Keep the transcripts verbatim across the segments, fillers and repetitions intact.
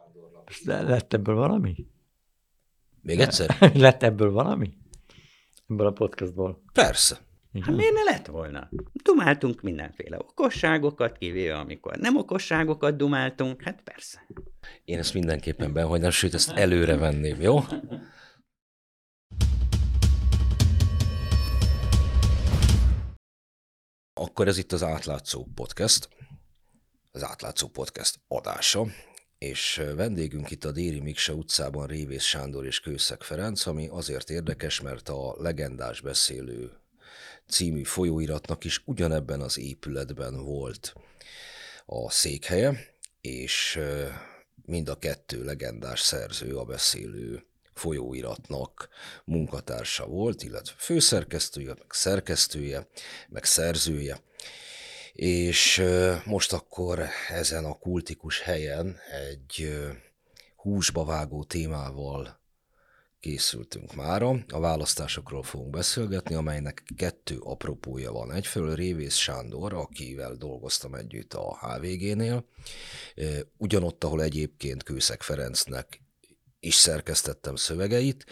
Lett ebből valami? Még egyszer? Lett ebből valami? Ebből a podcastból? Persze. Igen? Hát miért ne lett volna? Dumáltunk mindenféle okosságokat, kivéve amikor nem okosságokat dumáltunk, hát persze. Én ezt mindenképpen behagynám, sőt, ezt előre venném, jó? Akkor ez itt az Átlátszó Podcast, az Átlátszó Podcast adása, és vendégünk itt a Déri Miksa utcában Révész Sándor és Kőszeg Ferenc, ami azért érdekes, mert a Legendás Beszélő című folyóiratnak is ugyanebben az épületben volt a székhelye, és mind a kettő legendás szerző, a Beszélő folyóiratnak munkatársa volt, illetve főszerkesztője, meg szerkesztője, meg szerzője. És most akkor ezen a kultikus helyen egy húsba vágó témával készültünk mára. A választásokról fogunk beszélgetni, amelynek kettő apropója van. Egyfelől Révész Sándor, akivel dolgoztam együtt a há vé génél, ugyanott, ahol egyébként Kőszeg Ferencnek is szerkesztettem szövegeit,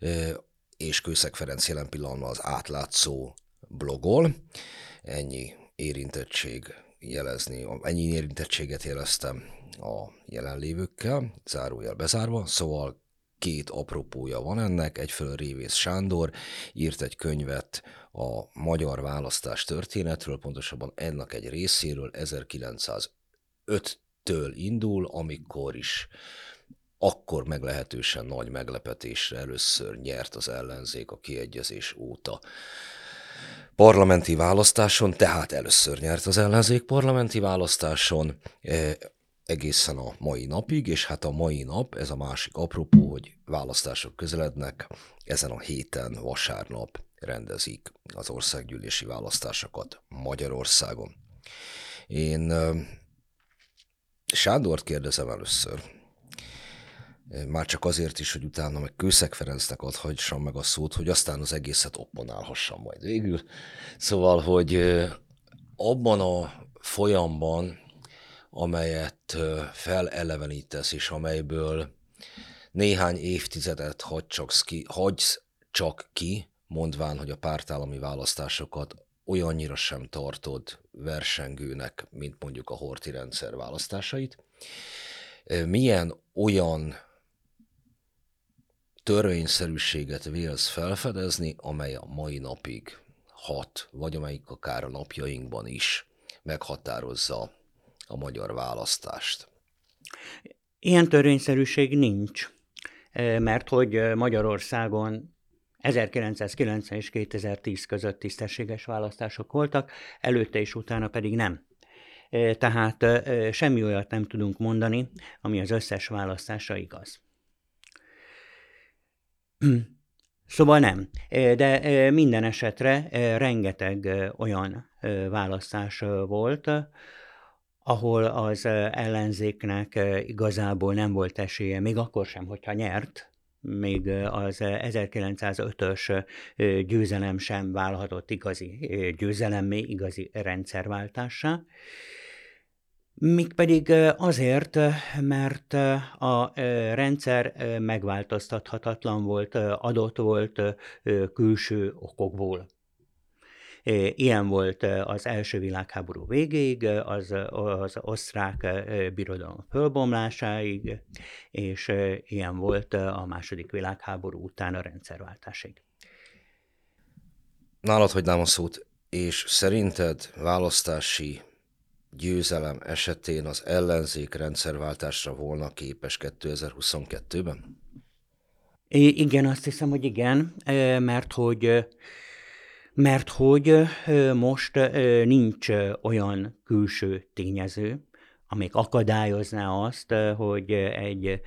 és Kőszeg Ferenc jelen pillanatban az Átlátszó blogol. Ennyi érintettség jelezni, ennyi érintettséget jeleztem a jelenlévőkkel, zárójel bezárva, szóval két apropója van ennek. Egyfelől Révész Sándor írt egy könyvet a magyar választás történetről, pontosabban ennek egy részéről ezerkilencszázöttől indul, amikor is akkor meglehetősen nagy meglepetésre először nyert az ellenzék a kiegyezés óta parlamenti választáson, tehát először nyert az ellenzék parlamenti választáson, egészen a mai napig, és hát a mai nap, ez a másik apropó, hogy választások közelednek, ezen a héten vasárnap rendezik az országgyűlési választásokat Magyarországon. Én Sándort kérdezem először, már csak azért is, hogy utána meg Kőszeg Ferencnek adhassam meg a szót, hogy aztán az egészet opponálhassam majd végül. Szóval, hogy abban a folyamban, amelyet felelevenítesz, és amelyből néhány évtizedet hagy csak ki, hagysz csak ki, mondván, hogy a pártállami választásokat olyannyira sem tartod versengőnek, mint mondjuk a Horthy rendszer választásait. Milyen olyan törvényszerűséget vélsz felfedezni, amely a mai napig hat, vagy amelyik akár a napjainkban is meghatározza a magyar választást? Ilyen törvényszerűség nincs, mert hogy Magyarországon ezerkilencszázkilencven és kétezer-tíz között tisztességes választások voltak, előtte és utána pedig nem. Tehát semmi olyat nem tudunk mondani, ami az összes választásra igaz. Szóval nem, de minden esetre rengeteg olyan választás volt, ahol az ellenzéknek igazából nem volt esélye, még akkor sem, hogyha nyert, még az ezerkilencszázötös győzelem sem válhatott igazi győzelemmé, igazi rendszerváltássá. Mégpedig azért, mert a rendszer megváltoztathatatlan volt, adott volt külső okokból. Ilyen volt az első világháború végéig, az, az osztrák birodalom fölbomlásáig, és ilyen volt a második világháború után a rendszerváltásig. Nálad hagynám a szót, és szerinted választási győzelem esetén az ellenzék rendszerváltásra volna képes kétezer-huszonkettőben? I- igen, azt hiszem, hogy igen, mert hogy Mert hogy most nincs olyan külső tényező, amelyik akadályozná azt, hogy egy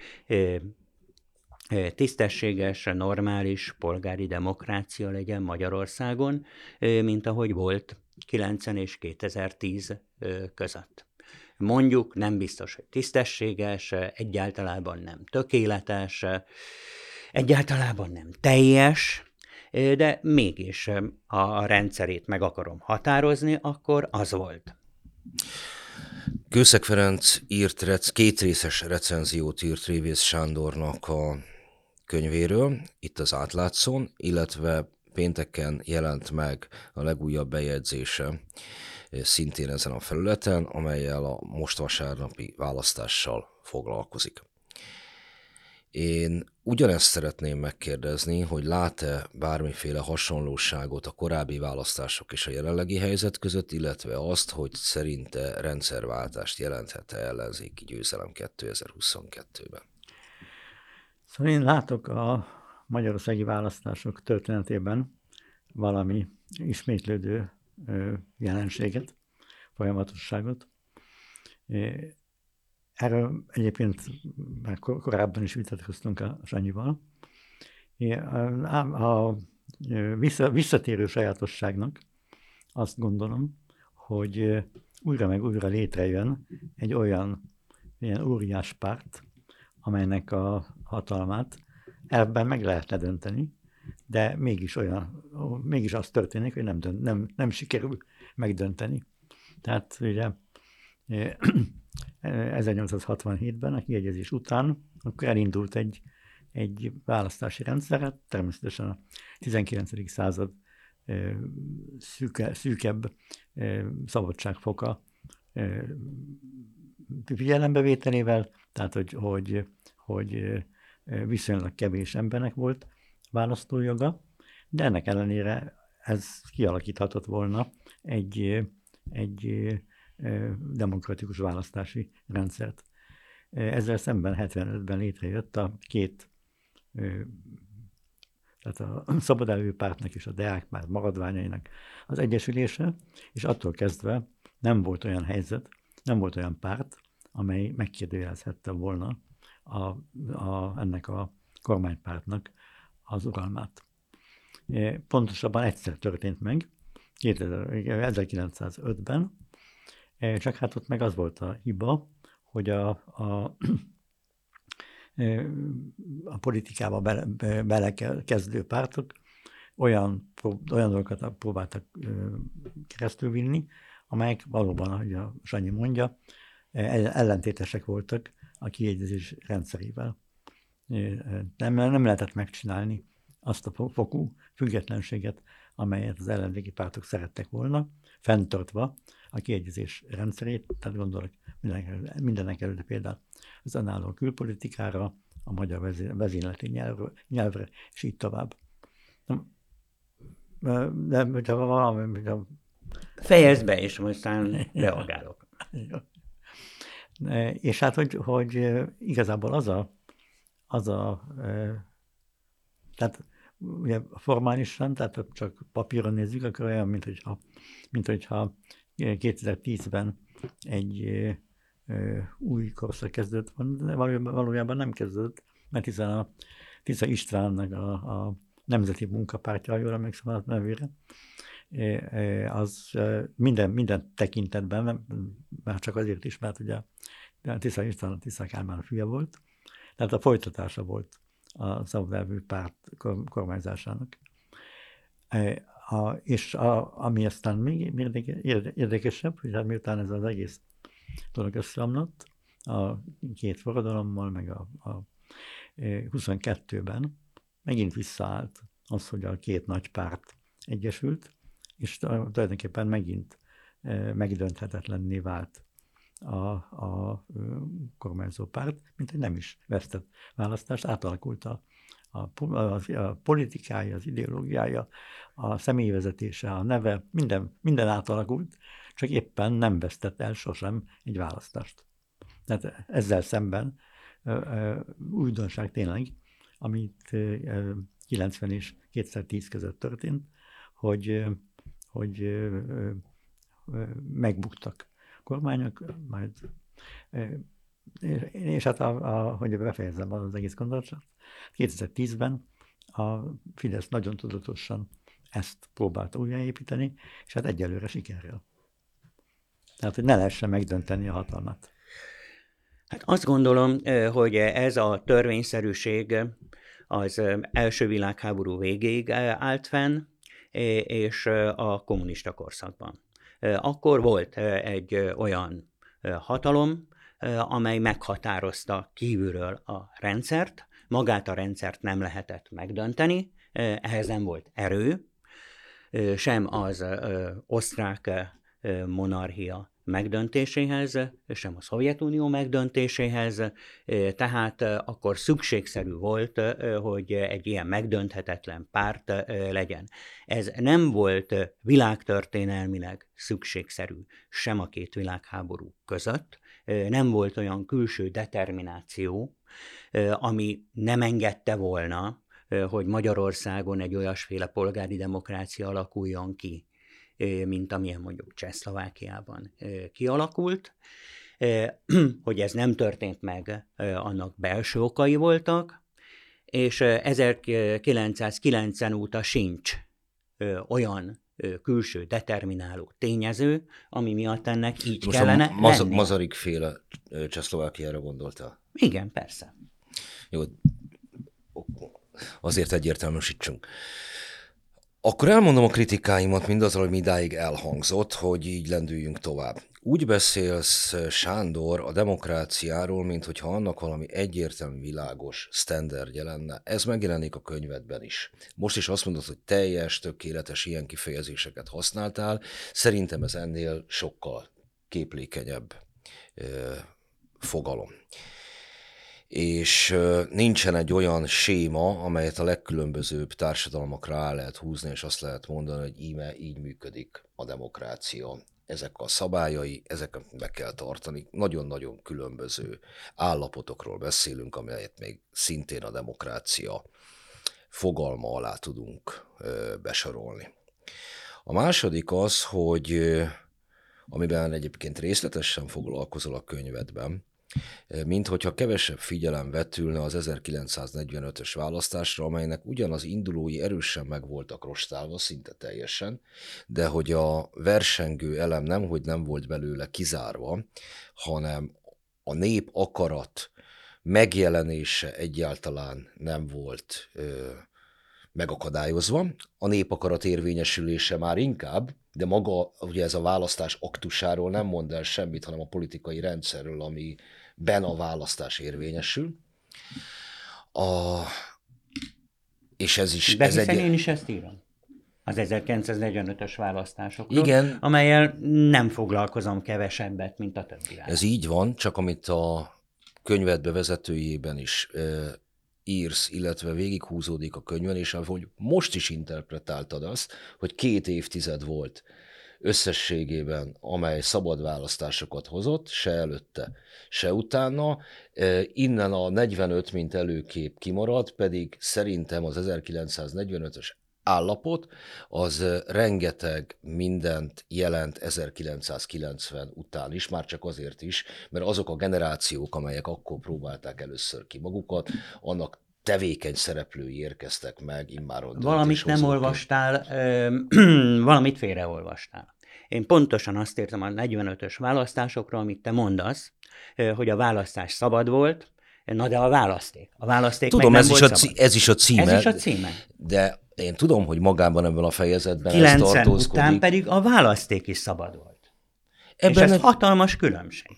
tisztességes, normális polgári demokrácia legyen Magyarországon, mint ahogy volt kilencven és kétezer-tíz között. Mondjuk nem biztos, hogy tisztességes, egyáltalában nem tökéletes, egyáltalában nem teljes, de mégis a rendszerét meg akarom határozni, akkor az volt. Kőszeg Ferenc írt, rec, kétrészes recenziót írt Révész Sándornak a könyvéről, itt az Átlátszón, illetve pénteken jelent meg a legújabb bejegyzése szintén ezen a felületen, amellyel a most vasárnapi választással foglalkozik. Én ugyanezt szeretném megkérdezni, hogy lát-e bármiféle hasonlóságot a korábbi választások és a jelenlegi helyzet között, illetve azt, hogy szerinte rendszerváltást jelenthet-e ellenzéki győzelem kétezer-huszonkettőben. Szóval én látok a magyarországi választások történetében valami ismétlődő jelenséget, folyamatosságot. Erről egyébként már korábban is vitatkoztunk a Sanyival. A visszatérő sajátosságnak azt gondolom, hogy újra meg újra létrejön egy olyan ilyen óriás párt, amelynek a hatalmát elvben meg lehetne dönteni, de mégis olyan, mégis az történik, hogy nem, dönt, nem, nem sikerül megdönteni. Tehát ugye ezernyolcszázhatvanhétben a kiegyezés után akkor elindult egy, egy választási rendszer, természetesen a tizenkilencedik század szűke, szűkebb szabadságfoka figyelembevételével, tehát hogy, hogy, hogy viszonylag kevés embernek volt választójoga, de ennek ellenére ez kialakíthatott volna egy, egy demokratikus választási rendszert. Ezzel szemben hetvenötben létrejött a két, tehát a Szabadelvű Pártnak és a Deák Párt maradványainak az egyesülése, és attól kezdve nem volt olyan helyzet, nem volt olyan párt, amely megkérdőjelezhette volna a, a, ennek a kormánypártnak az uralmát. Pontosabban egyszer történt meg, ezerkilencszázötben, csak hát ott meg az volt a hiba, hogy a, a, a politikába bele, belekezdő pártok olyan, olyan dolgokat próbáltak keresztülvinni, amelyek valóban, ahogy a Sanyi mondja, ellentétesek voltak a kiegyezés rendszerével. Nem, nem lehetett megcsinálni azt a fokú függetlenséget, amelyet az ellenzéki pártok szerettek volna, fenntartva a kiegyezés rendszerét, tehát gondolok mindenek, mindenek előtt például az önálló külpolitikára, a magyar vezényleti nyelvre, nyelvre, és így tovább. De hogyha valami... Hogyha... Fejezd be, és aztán reagálok. És hát, hogy, hogy igazából az a, az a tehát ugye formálisan, tehát csak papíron nézzük, akkor olyan, mint hogyha, mint hogyha kétezer-tízben egy ö, új korszak kezdődött van, de valójában, valójában nem kezdődött, mert hiszen a Tisza Istvánnak a, a Nemzeti Munkapártja, jól emlékszem a nevére, az minden, minden tekintetben, már csak azért is, mert ugye a Tisza István a Tisza Kálmán fia volt, tehát a folytatása volt a Szabadelvű Párt kormányzásának. A, és a, ami aztán még érdekesebb, hogy hát miután ez az egész dolog összeomlott, a két forradalommal, meg a, a huszonkettőben megint visszaállt az, hogy a két nagy párt egyesült, és tulajdonképpen megint megdönthetetlenné vált a, a kormányzó párt, mint hogy nem is vesztett választást, átalakult a, a, a politikája, az ideológiája, a személyvezetése, a neve, minden, minden átalakult, csak éppen nem vesztett el sosem egy választást. Tehát ezzel szemben újdonság tényleg, amit kilencven és kétezer-tíz között történt, hogy, hogy megbuktak kormányok, majd, és hát, a, a, hogy befejezem az egész gondolatot, kétezer-tízben a Fidesz nagyon tudatosan ezt próbálta újjáépíteni, és hát egyelőre sikerrel. Tehát, hogy ne lehessen megdönteni a hatalmat. Hát azt gondolom, hogy ez a törvényszerűség az első világháború végéig állt fenn, és a kommunista korszakban. Akkor volt egy olyan hatalom, amely meghatározta kívülről a rendszert, magát a rendszert nem lehetett megdönteni, ehhez nem volt erő, sem az osztrák monarchia megdöntéséhez, sem a Szovjetunió megdöntéséhez, tehát akkor szükségszerű volt, hogy egy ilyen megdönthetetlen párt legyen. Ez nem volt világtörténelmileg szükségszerű sem a két világháború között, nem volt olyan külső determináció, ami nem engedte volna, hogy Magyarországon egy olyasféle polgári demokrácia alakuljon ki, mint amilyen mondjuk Csehszlovákiában kialakult. Hogy ez nem történt meg, annak belső okai voltak, és ezerkilencszázkilencven óta sincs olyan külső determináló tényező, ami miatt ennek így most kellene a Maz- lenni. Masaryk féle Csehszlovákiára gondoltál? Igen, persze. Jó, azért egyértelműsítsünk. Akkor elmondom a kritikáimat mindazzal, hogy idáig elhangzott, hogy így lendüljünk tovább. Úgy beszélsz, Sándor, a demokráciáról, minthogyha annak valami egyértelmű, világos sztenderdje lenne. Ez megjelenik a könyvedben is. Most is azt mondod, hogy teljes, tökéletes ilyen kifejezéseket használtál. Szerintem ez ennél sokkal képlékenyebb ö, fogalom. És nincsen egy olyan séma, amelyet a legkülönbözőbb társadalmakra rá lehet húzni, és azt lehet mondani, hogy íme így működik a demokrácia. Ezek a szabályai, ezeket be kell tartani. Nagyon-nagyon különböző állapotokról beszélünk, amelyet még szintén a demokrácia fogalma alá tudunk besorolni. A második az, hogy amiben egyébként részletesen foglalkozol a könyvedben, mint hogyha kevesebb figyelem vetülne az ezerkilencszáznegyvenötös választásra, amelynek ugyan az indulói erősen meg voltak rostálva, szinte teljesen, de hogy a versengő elem nem, hogy nem volt belőle kizárva, hanem a nép akarat megjelenése egyáltalán nem volt ö, megakadályozva. A nép akarat érvényesülése már inkább, de maga ugye ez a választás aktusáról nem mond el semmit, hanem a politikai rendszerről, amiben a választás érvényesül. A... És ez is... De ez hiszen egy... én is ezt írom. Az ezerkilencszáznegyvenötös választásokról, Igen. amellyel nem foglalkozom kevesebbet, mint a többi. Ez így van, csak amit a könyved bevezetőjében is ö, írsz, illetve végighúzódik a könyvön, és ahogy most is interpretáltad azt, hogy két évtized volt összességében, amely szabad választásokat hozott, se előtte, se utána. Innen a negyvenöt, mint előkép kimarad, pedig szerintem az ezerkilencszáznegyvenötös állapot az rengeteg mindent jelent ezerkilencszázkilencven után is, már csak azért is, mert azok a generációk, amelyek akkor próbálták először ki magukat, annak tevékeny szereplői érkeztek meg immáron. Valamit nem olvastál, valamit félreolvastál. Én pontosan azt értem a negyvenötös választásokról, amit te mondasz, hogy a választás szabad volt, na de a választék. A választék Tudom, meg ez, nem is volt a, szabad. ez is a címe. Ez is a címe. De én tudom, hogy magában ebben a fejezetben ez kilencven tartózkodik. után pedig a választék is szabad volt. Ebben és ez egy... hatalmas különbség.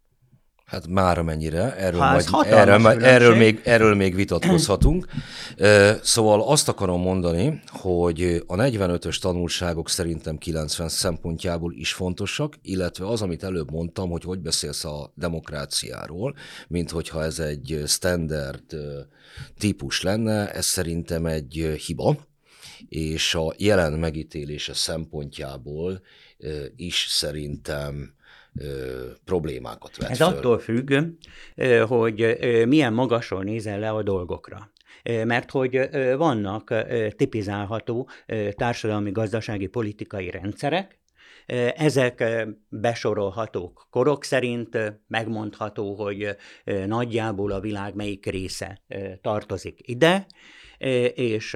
Hát már amennyire, erről, ha majd, erről, erről, még, erről még vitatkozhatunk. Szóval azt akarom mondani, hogy a negyvenötös tanulságok szerintem kilencven szempontjából is fontosak, illetve az, amit előbb mondtam, hogy hogy beszélsz a demokráciáról, mint hogyha ez egy standard típus lenne, ez szerintem egy hiba, és a jelen megítélése szempontjából is szerintem Ö, problémákat vet Ez föl. attól függ, hogy milyen magasról nézel le a dolgokra. Mert hogy vannak tipizálható társadalmi, gazdasági, politikai rendszerek, ezek besorolhatók korok szerint, megmondható, hogy nagyjából a világ melyik része tartozik ide, és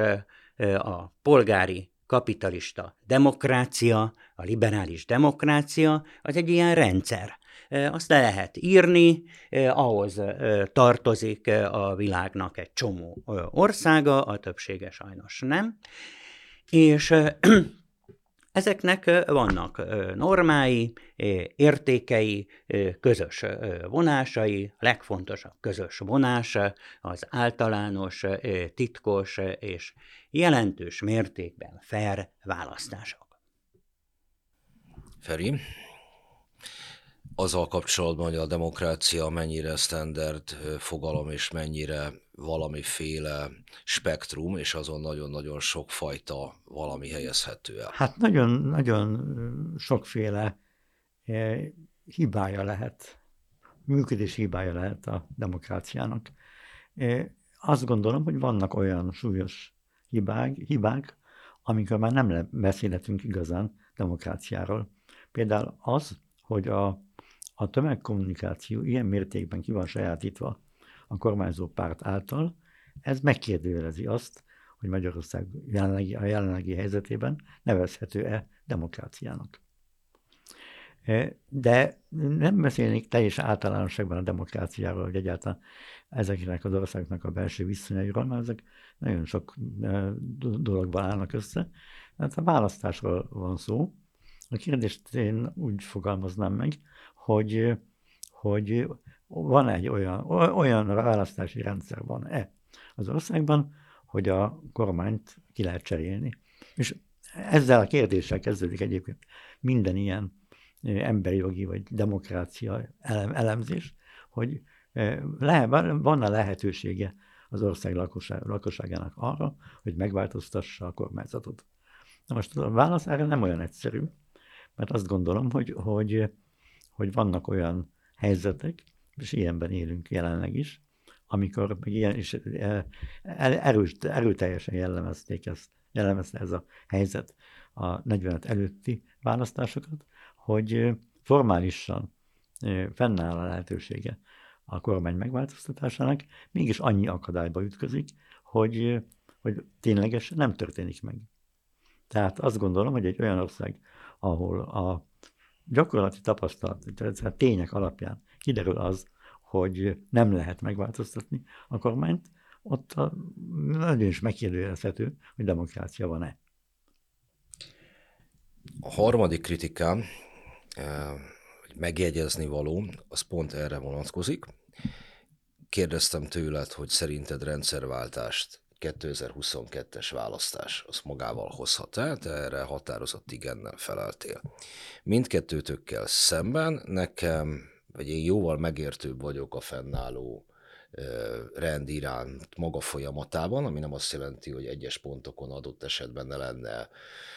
a polgári kapitalista demokrácia, a liberális demokrácia, az egy ilyen rendszer. Azt le lehet írni, ahhoz tartozik a világnak egy csomó országa, a többsége sajnos nem. És Ezeknek vannak normái, értékei, közös vonásai. A legfontosabb közös vonás az általános, titkos és jelentős mértékben fair választások. Feri, azzal kapcsolatban, hogy a demokrácia mennyire standard fogalom, és mennyire valamiféle spektrum, és azon nagyon-nagyon sokfajta valami helyezhető el. Hát nagyon-nagyon sokféle hibája lehet, működési hibája lehet a demokráciának. Azt gondolom, hogy vannak olyan súlyos hibák, hibák amikor már nem beszélhetünk igazán demokráciáról. Például az, hogy a, a tömegkommunikáció ilyen mértékben ki van sajátítva a kormányzó párt által, ez megkérdőjelezi azt, hogy Magyarország jelenlegi, a jelenlegi helyzetében nevezhető-e demokráciának. De nem beszélnék teljesen általánosságban a demokráciáról, hogy egyáltalán ezeknek az országoknak a belső viszonyairól, mert ezek nagyon sok dologban állnak össze. Hát a választásról van szó. A kérdést én úgy fogalmaznám meg, hogy, hogy van egy olyan, olyan választási rendszer van-e az országban, hogy a kormányt ki lehet cserélni. És ezzel a kérdéssel kezdődik egyébként minden ilyen emberi jogi vagy demokrácia elemzés, hogy van-e lehetősége az ország lakosság, lakosságának arra, hogy megváltoztassa a kormányzatot. Na most a válasz erre nem olyan egyszerű, mert azt gondolom, hogy, hogy, hogy vannak olyan helyzetek, és ilyenben élünk jelenleg is, amikor meg ilyen is erős, erőteljesen jellemezték ezt, jellemezte ez a helyzet a negyvenöt előtti választásokat, hogy formálisan fennáll a lehetősége a kormány megváltoztatásának, mégis annyi akadályba ütközik, hogy, hogy ténylegesen nem történik meg. Tehát azt gondolom, hogy egy olyan ország, ahol a gyakorlati tapasztalat, tehát tények alapján kiderül az, hogy nem lehet megváltoztatni a kormányt, ott a, nagyon is megkérdőjelezhető, hogy demokrácia van-e. A harmadik kritikám, hogy megjegyezni való, az pont erre vonatkozik. Kérdeztem tőled, hogy szerinted rendszerváltást kétezer-huszonkettes választás az magával hozhat-e, te erre határozott igennel feleltél. Mindkettőtökkel szemben nekem, vagy én jóval megértőbb vagyok a fennálló rend iránt maga folyamatában, ami nem azt jelenti, hogy egyes pontokon adott esetben ne lenne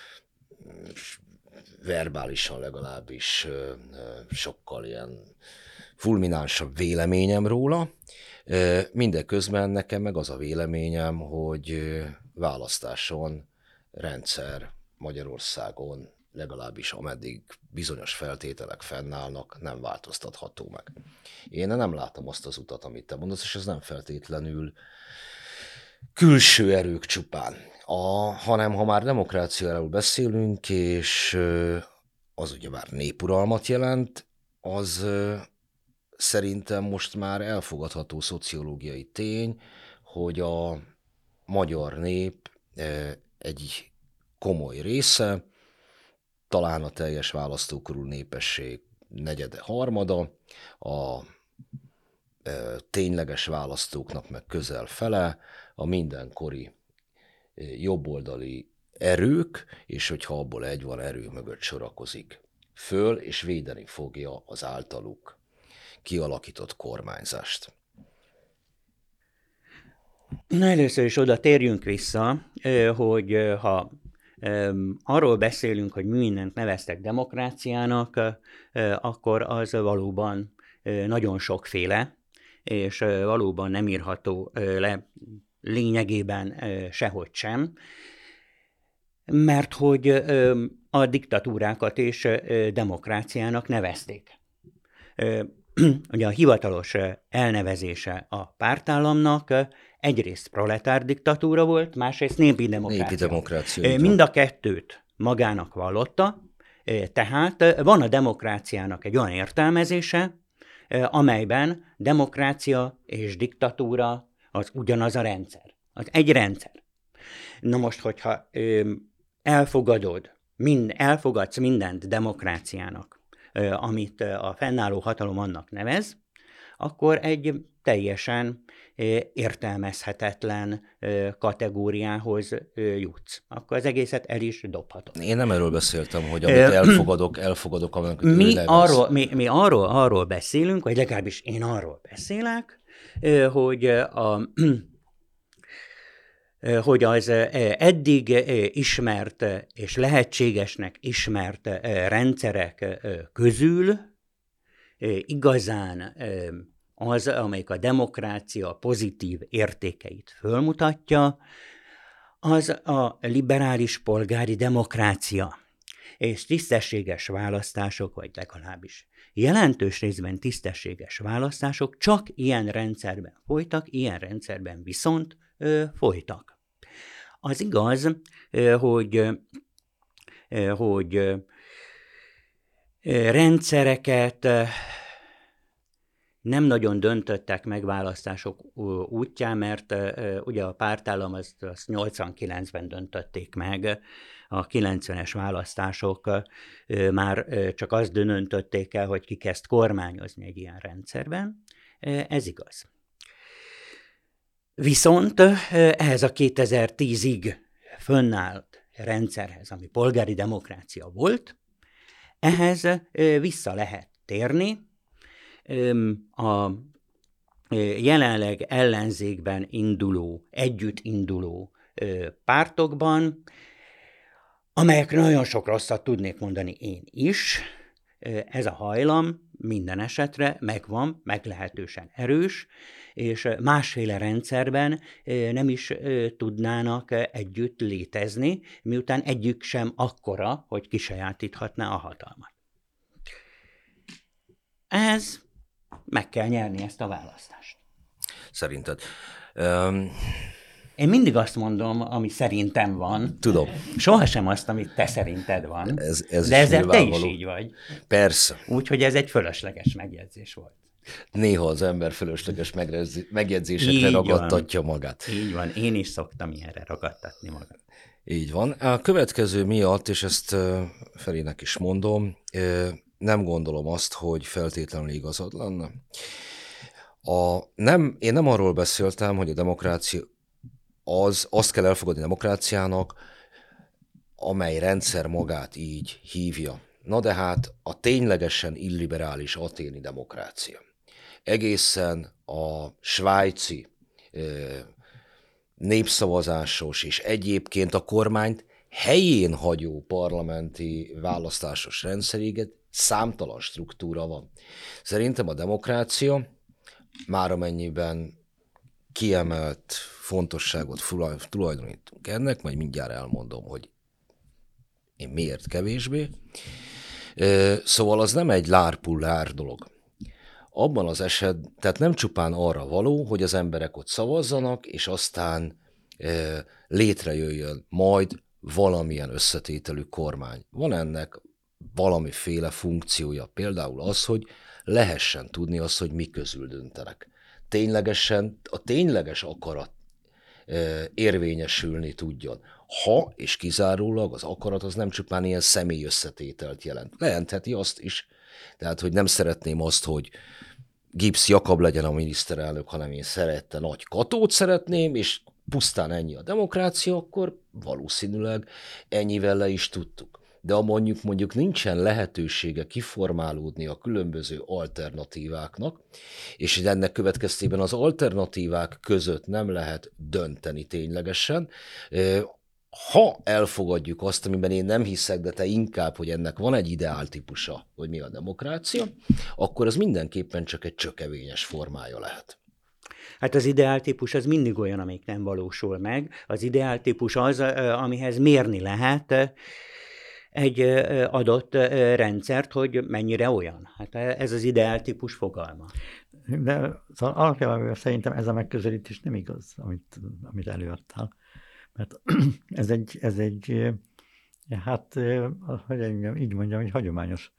verbálisan legalábbis sokkal ilyen fulminánsabb véleményem róla. Mindeközben nekem meg az a véleményem, hogy választáson rendszer Magyarországon legalábbis ameddig bizonyos feltételek fennállnak, nem változtatható meg. Én nem látom azt az utat, amit te mondasz, és ez nem feltétlenül külső erők csupán, a, hanem ha már demokráciáról beszélünk, és az ugye már népuralmat jelent, az szerintem most már elfogadható szociológiai tény, hogy a magyar nép egy komoly része, talán a teljes választókorú népesség negyede, harmada, a tényleges választóknak meg közel fele, a mindenkori jobboldali erők, és hogyha abból egy van, erő mögött sorakozik föl, és védeni fogja az általuk kialakított kormányzást. Na, először is oda térjünk vissza, hogy ha arról beszélünk, hogy mindent neveztek demokráciának, akkor az valóban nagyon sokféle, és valóban nem írható le lényegében sehogy sem, mert hogy a diktatúrákat is demokráciának nevezték. Ugye a hivatalos elnevezése a pártállamnak egyrészt proletár diktatúra volt, másrészt népi demokrácia. Népi demokrácia. Mind a kettőt magának vallotta, tehát van a demokráciának egy olyan értelmezése, amelyben demokrácia és diktatúra az ugyanaz a rendszer. Az egy rendszer. Na most, hogyha elfogadod mind, elfogadsz mindent demokráciának, amit a fennálló hatalom annak nevez, akkor egy teljesen értelmezhetetlen kategóriához jutsz. Akkor az egészet el is dobhatod. Én nem erről beszéltem, hogy amit elfogadok, elfogadok, aminek ő mi nevez. arról, mi, mi arról, arról beszélünk, vagy legalábbis én arról beszélek, hogy a hogy az eddig ismert és lehetségesnek ismert rendszerek közül igazán az, amelyik a demokrácia pozitív értékeit fölmutatja, az a liberális polgári demokrácia és tisztességes választások, vagy legalábbis jelentős részben tisztességes választások csak ilyen rendszerben folytak, ilyen rendszerben viszont ö, folytak. Az igaz, ö, hogy, ö, hogy ö, rendszereket ö, nem nagyon döntöttek meg választások útján, mert ö, ugye a pártállam azt, azt nyolcvankilencben döntötték meg, a kilencvenes választások ö, már ö, csak azt döntötték el, hogy ki kezd kormányozni egy ilyen rendszerben. Ez igaz. Viszont ehhez a kétezer-tízig fönnállt rendszerhez, ami polgári demokrácia volt, ehhez vissza lehet térni. A jelenleg ellenzékben induló, együtt induló pártokban, amelyek nagyon sok rosszat tudnék mondani én is, ez a hajlam minden esetre megvan, meglehetősen erős, és másféle rendszerben nem is tudnának együtt létezni, miután egyik sem akkora, hogy kisajátíthatná a hatalmat. Ez meg kell nyerni ezt a választást. Szerinted? Um... Én mindig azt mondom, ami szerintem van. Tudom. Sohasem azt, amit te szerinted van. Ez, ez de ezzel te is így vagy. Persze. Úgyhogy ez egy fölösleges megjegyzés volt. Néha az ember fölösleges megjegyzésekre így ragadtatja van. magát. Így van, én is szoktam ilyenre ragadtatni magam. Így van. A következő miatt, és ezt Ferinek is mondom, nem gondolom azt, hogy feltétlenül igazad lenne. A, nem, én nem arról beszéltem, hogy a demokrácia az, azt kell elfogadni a demokráciának, amely rendszer magát így hívja. Na de hát a ténylegesen illiberális aténi demokrácia. Egészen a svájci ö, népszavazásos és egyébként a kormányt helyén hagyó parlamenti választásos rendszeréget számtalan struktúra van. Szerintem a demokrácia már amennyiben kiemelt fontosságot tulajdonítunk ennek, majd mindjárt elmondom, hogy én miért kevésbé. Szóval az nem egy lárpullár dolog. Abban az esetben, tehát nem csupán arra való, hogy az emberek ott szavazzanak, és aztán létrejöjjön majd valamilyen összetételű kormány. Van ennek valamiféle funkciója, például az, hogy lehessen tudni azt, hogy mi közül döntenek. Ténylegesen, a tényleges akarat érvényesülni tudjon. Ha és kizárólag az akarat az nem csupán ilyen személy összetételt jelent. Lehentheti azt is. Tehát, hogy nem szeretném azt, hogy Gibbs Jakab legyen a miniszterelnök, hanem én szerette Nagy Katót szeretném, és pusztán ennyi a demokrácia, akkor valószínűleg ennyivel le is tudtuk. De ha mondjuk, mondjuk nincsen lehetősége kiformálódni a különböző alternatíváknak, és ennek következtében az alternatívák között nem lehet dönteni ténylegesen, ha elfogadjuk azt, amiben én nem hiszek, de te inkább, hogy ennek van egy ideáltípusa, hogy mi a demokrácia, akkor az mindenképpen csak egy csökevényes formája lehet. Hát az ideáltípus az mindig olyan, amelyik nem valósul meg. Az ideáltípus az, amihez mérni lehet egy adott rendszert, hogy mennyire olyan. Hát ez az ideáltípus fogalma. De szóval alapjában szerintem ez a megközelítés nem igaz, amit, amit előadtál. Mert ez egy, ez egy hát, hogy így mondjam, egy hagyományos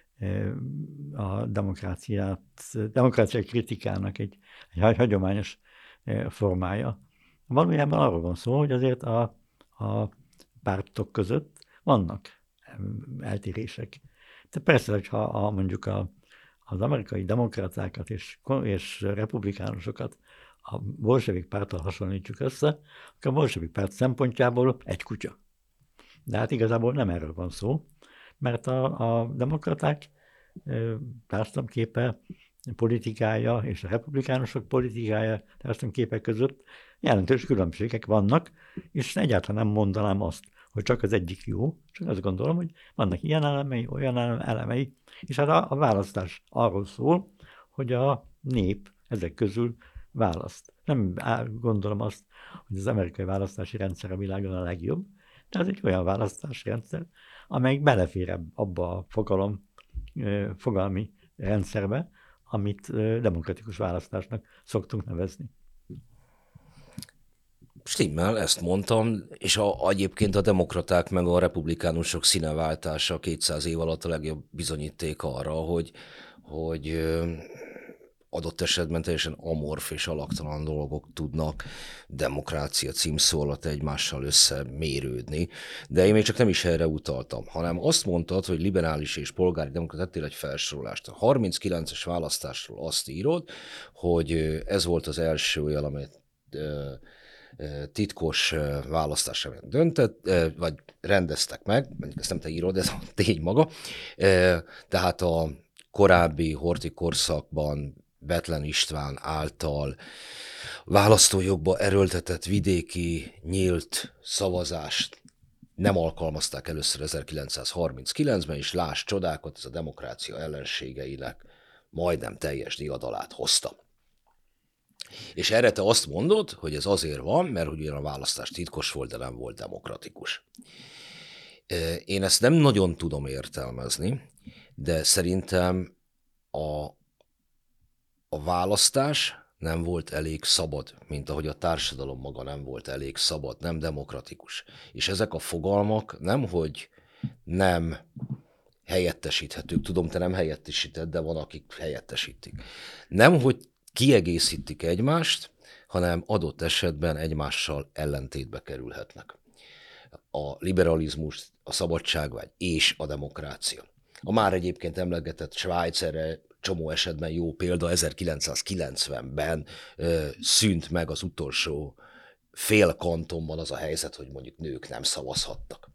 a demokráciát, demokrácia kritikának egy, egy hagyományos formája. Valójában arról van szó, hogy azért a, a pártok között vannak eltérések. De persze, hogyha a, mondjuk a, az amerikai demokratákat és, és republikánusokat a bolsevik párttal hasonlítjuk össze, akkor a bolsevik párt szempontjából egy kutya. De hát igazából nem erről van szó, mert a, a demokraták társadalomképe, politikája és a republikánusok politikája, társadalomképe között jelentős különbségek vannak, és egyáltalán nem mondanám azt, hogy csak az egyik jó, csak azt gondolom, hogy vannak ilyen elemei, olyan elemei, és hát a, a választás arról szól, hogy a nép ezek közül választ. Nem gondolom azt, hogy az amerikai választási rendszer a világon a legjobb, de ez egy olyan választási rendszer, amelyik belefér abba a fogalom, fogalmi rendszerbe, amit demokratikus választásnak szoktunk nevezni. Stimmel, ezt mondtam, és a, egyébként a demokraták meg a republikánusok színeváltása kétszáz év alatt a legjobb bizonyíték arra, hogy, hogy adott esetben teljesen amorf és alaktalan dolgok tudnak demokrácia címszó alatt egymással összemérődni. De én még csak nem is erre utaltam, hanem azt mondtad, hogy liberális és polgári demokrata, tettél egy felsorolást. A harminckilences választásról azt írod, hogy ez volt az első olyan, amit titkos választásra döntött, vagy rendeztek meg, mondjuk ezt nem te írod, ez a tény maga. Tehát a korábbi Horthy korszakban Bethlen István által választójogba erőltetett vidéki nyílt szavazást nem alkalmazták először ezerkilencszázharminckilencben, és láss csodákat, ez a demokrácia ellenségeinek majdnem teljes diadalát hozta. És erre te azt mondod, hogy ez azért van, mert ugyan a választás titkos volt, de nem volt demokratikus. Én ezt nem nagyon tudom értelmezni, de szerintem a, a választás nem volt elég szabad, mint ahogy a társadalom maga nem volt elég szabad, nem demokratikus. És ezek a fogalmak nemhogy nem helyettesíthetők, tudom, te nem helyettesíted, de van, akik helyettesítik. Nemhogy kiegészítik egymást, hanem adott esetben egymással ellentétbe kerülhetnek. A liberalizmus, a szabadságvágy és a demokrácia. A már egyébként emlegetett Svájc erre csomó esetben jó példa, ezerkilencszázkilencvenben ö, szűnt meg az utolsó fél kantonban az a helyzet, hogy mondjuk nők nem szavazhattak.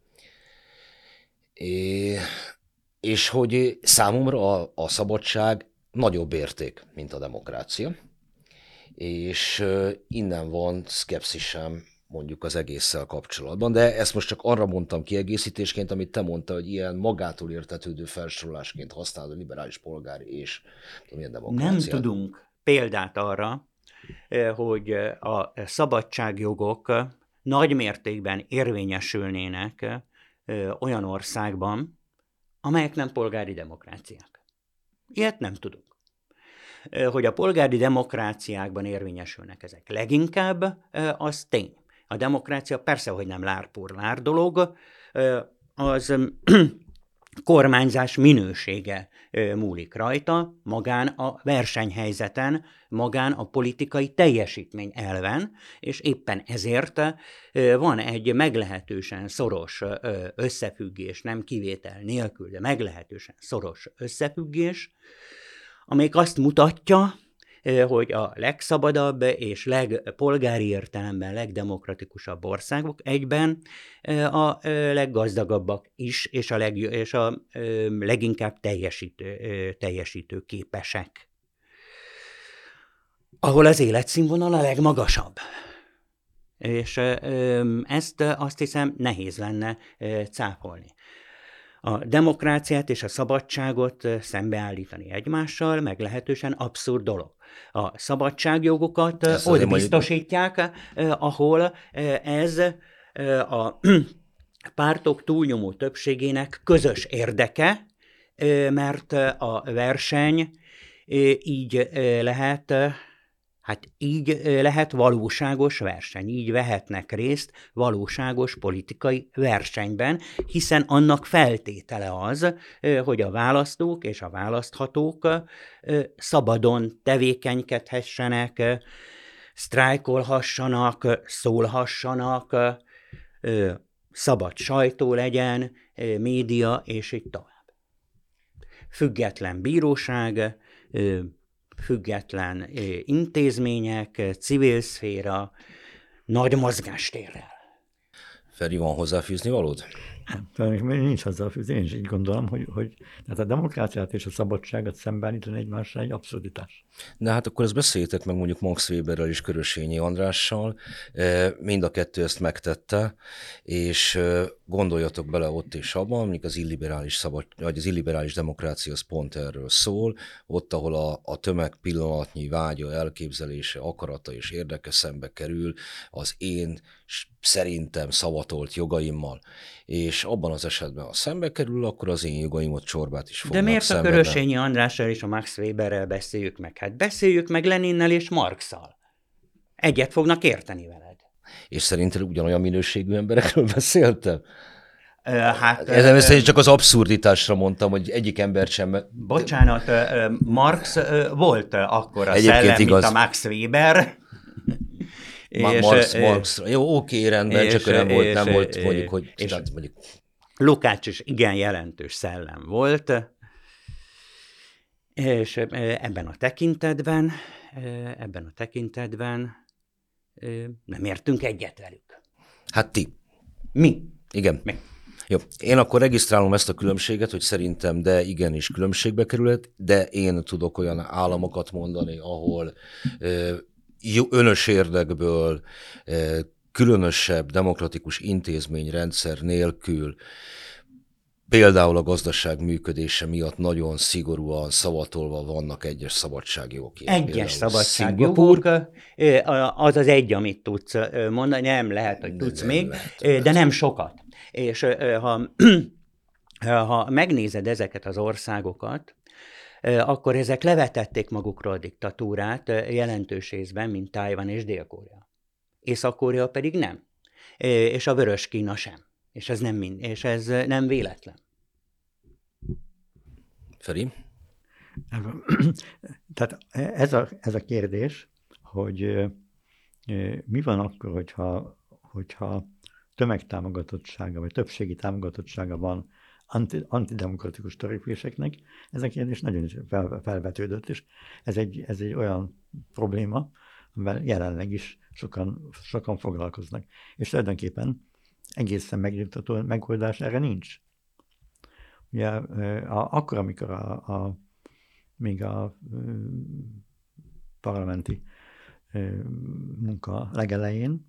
É, és hogy számomra a, a szabadság nagyobb érték, mint a demokrácia, és ö, innen van szkepszisem mondjuk az egésszel kapcsolatban, de ezt most csak arra mondtam kiegészítésként, amit te mondta, hogy ilyen magától értetődő felsorolásként használod a liberális polgári és milyen demokráciát. Nem tudunk példát arra, hogy a szabadságjogok nagy mértékben érvényesülnének olyan országban, amelyek nem polgári demokráciák. Ilyet nem tudunk. Hogy a polgári demokráciákban érvényesülnek ezek leginkább, az tény. A demokrácia persze, hogy nem lárpurlár dolog, az kormányzás minősége múlik rajta, magán a versenyhelyzeten, magán a politikai teljesítmény elven, és éppen ezért van egy meglehetősen szoros összefüggés, nem kivétel nélkül, de meglehetősen szoros összefüggés, amelyik azt mutatja, hogy a legszabadabb és legpolgári értelemben legdemokratikusabb országok egyben a leggazdagabbak is, és a, leg, és a leginkább teljesítő, teljesítő képesek. Ahol az életszínvonal a legmagasabb. És ezt azt hiszem nehéz lenne cáfolni. A demokráciát és a szabadságot szembeállítani egymással meglehetősen abszurd dolog. A szabadságjogokat ezt ott biztosítják, majd... ahol ez a pártok túlnyomó többségének közös érdeke, mert a verseny így lehet, hát így lehet valóságos verseny, így vehetnek részt valóságos politikai versenyben, hiszen annak feltétele az, hogy a választók és a választhatók szabadon tevékenykedhessenek, sztrájkolhassanak, szólhassanak, szabad sajtó legyen, média, és így tovább. Független bíróság, független intézmények, civil szféra, nagy mozgástérrel. Feri, van hozzáfűzni valód? Nem, nincs hozzáfűzni, én is így gondolom, hogy, hogy tehát a demokráciát és a szabadságot szembeállítani egymással egy abszurditás. De hát akkor ezt beszéljétek meg mondjuk Max Weberrel és Körösényi Andrással, mind a kettő ezt megtette, és gondoljatok bele ott és abban, mondjuk az illiberális, szabad, vagy az illiberális demokrácia az pont erről szól, ott, ahol a, a tömeg pillanatnyi vágya, elképzelése, akarata és érdeke szembe kerül az én szerintem szavatolt jogaimmal, és abban az esetben, ha szembe kerül, akkor az én jogaimat csorbát is fognak. De miért a szenvedni. Körösényi Andrással és a Max Weberrel beszéljük meg? Hát beszéljük meg Leninnel és Marxal. Egyet fognak érteni veled. És szerinted ugyanolyan minőségű emberekről beszéltem? Hát, Ez én csak az abszurditásra mondtam, hogy egyik embert sem... Bocsánat, Marx volt akkor a Egyébként szellem, igaz. mint a Max Weber. Ma- Marx, Marx. Jó, oké, rendben, és, csak nem volt, és, nem volt mondjuk, hogy... És tehát mondjuk... Lukács is igen jelentős szellem volt, és ebben a tekintetben, ebben a tekintetben nem értünk egyet velük. Hát ti. Mi? Igen. Mi? Jó, én akkor regisztrálom ezt a különbséget, hogy szerintem de igenis különbségbe kerülhet, de én tudok olyan államokat mondani, ahol ö, jó, önös érdekből ö, különösebb demokratikus intézményrendszer nélkül például a gazdaság működése miatt nagyon szigorúan szavatolva vannak egyes szabadságjogok. Egyes szabadságjogok, az az egy, amit tudsz mondani, nem lehet, hogy tudsz nem még, lehet, de lehet. nem sokat. És ha, ha megnézed ezeket az országokat, akkor ezek levetették magukról a diktatúrát jelentős részben, mint Tajvan és Dél-Korea. Észak-Korea pedig nem. És a Vörös Kína sem. És ez nem, mind, és ez nem véletlen. Feri? Tehát ez a, ez a kérdés, hogy mi van akkor, hogyha, hogyha tömegtámogatottsága, vagy többségi támogatottsága van anti, antidemokratikus törekvéseknek, ez a kérdés nagyon is fel, felvetődött, és ez egy, ez egy olyan probléma, amivel jelenleg is sokan, sokan foglalkoznak. És tulajdonképpen egészen megnyugtató megoldás erre nincs. Ugye a, akkor, amikor a, a, még a, a parlamenti munka legelején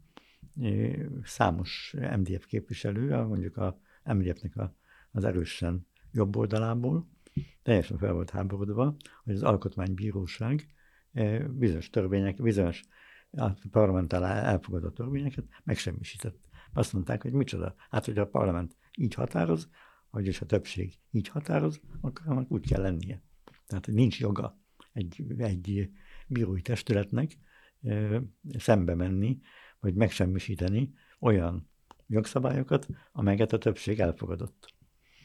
számos em dé ef képviselő, mondjuk a em dé ef-nek a, az erősen jobb oldalából teljesen fel volt háborodva, hogy az Alkotmánybíróság bizonyos törvények, bizonyos a parlament alá elfogadott törvényeket megsemmisített. Azt mondták, hogy micsoda, hát hogy a parlament így határoz, vagyis a többség így határoz, akkor annak úgy kell lennie. Tehát, hogy nincs joga egy, egy bírói testületnek e, szembe menni, vagy megsemmisíteni olyan jogszabályokat, amelyeket a többség elfogadott.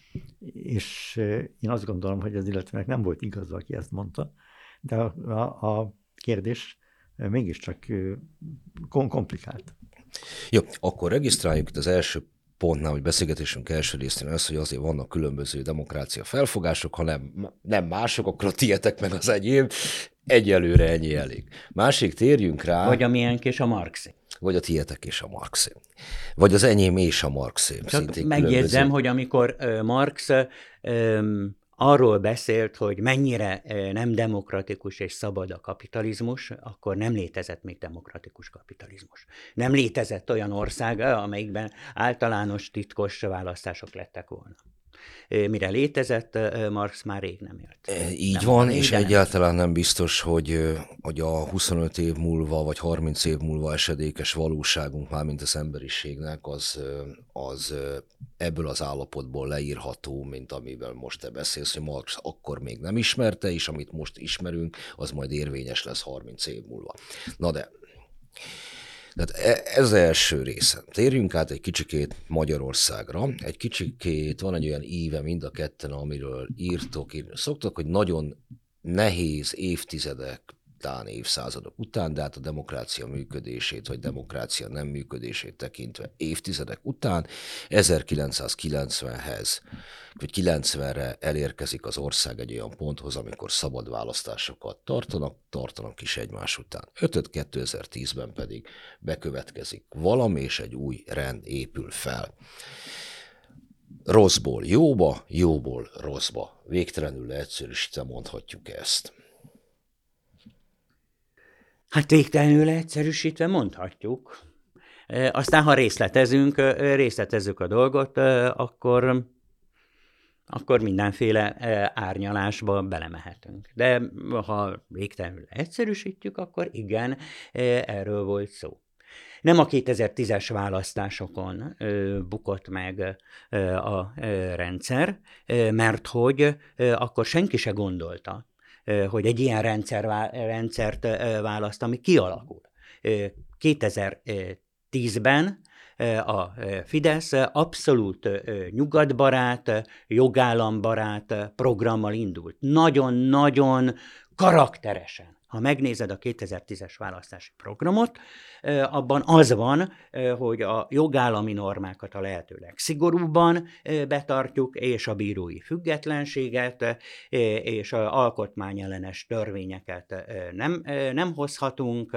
És e, én azt gondolom, hogy az illetőnek nem volt igaza, aki ezt mondta, de a, a, a kérdés e, mégiscsak e, komplikált. Jó, akkor regisztráljuk itt az első pontnál, hogy beszélgetésünk első részén az, hogy azért vannak különböző demokrácia felfogások, ha nem, nem mások, akkor a tietek meg az enyém. Egyelőre ennyi elég. Másik, térjünk rá. Vagy a miénk és a Marxé. Vagy a tietek és a Marxé. Vagy az enyém és a Marxé. Csak megjegyzem, különböző. Hogy amikor uh, Marx um, arról beszélt, hogy mennyire nem demokratikus és szabad a kapitalizmus, akkor nem létezett még demokratikus kapitalizmus. Nem létezett olyan ország, amelyikben általános titkos választások lettek volna. Mire létezett, Marx már rég nem élt. Így nem van, rég, és nem. egyáltalán nem biztos, hogy, hogy a huszonöt év múlva, vagy harminc év múlva esedékes valóságunk, mármint az emberiségnek, az, az ebből az állapotból leírható, mint amivel most te beszélsz, hogy Marx akkor még nem ismerte, és amit most ismerünk, az majd érvényes lesz harminc év múlva. Na de... Tehát ez az első része. Térjünk át egy kicsikét Magyarországra. Egy kicsikét van egy olyan íve mind a ketten, amiről írtok, írni szoktak, hogy nagyon nehéz évtizedek után, évszázadok után, de hát a demokrácia működését, vagy demokrácia nem működését tekintve évtizedek után, ezerkilencszázkilencvenhez, vagy kilencvenre elérkezik az ország egy olyan ponthoz, amikor szabad választásokat tartanak, tartanak is egymás után. ötöt kétezer-tízben pedig bekövetkezik valami, és egy új rend épül fel. Rosszból jóba, jóból rosszba. Végtelenül leegyszerűsítve mondhatjuk ezt. Hát végtelenül leegyszerűsítve mondhatjuk. E, aztán, ha részletezünk, részletezzük a dolgot, akkor, akkor mindenféle árnyalásba belemehetünk. De ha végtelenül leegyszerűsítjük, akkor igen, erről volt szó. Nem a kétezer-tízes választásokon ö, bukott meg ö, a ö, rendszer, ö, mert hogy ö, akkor senki se gondolta, ö, hogy egy ilyen rendszer, vá- rendszert ö, választ, ami kialakul. Ö, kétezer-tízben ö, a Fidesz abszolút ö, nyugatbarát, jogállambarát programmal indult. Nagyon-nagyon karakteresen. Ha megnézed a kétezer-tízes választási programot, abban az van, hogy a jogállami normákat a lehető legszigorúbban betartjuk, és a bírói függetlenséget, és alkotmányellenes törvényeket nem, nem hozhatunk,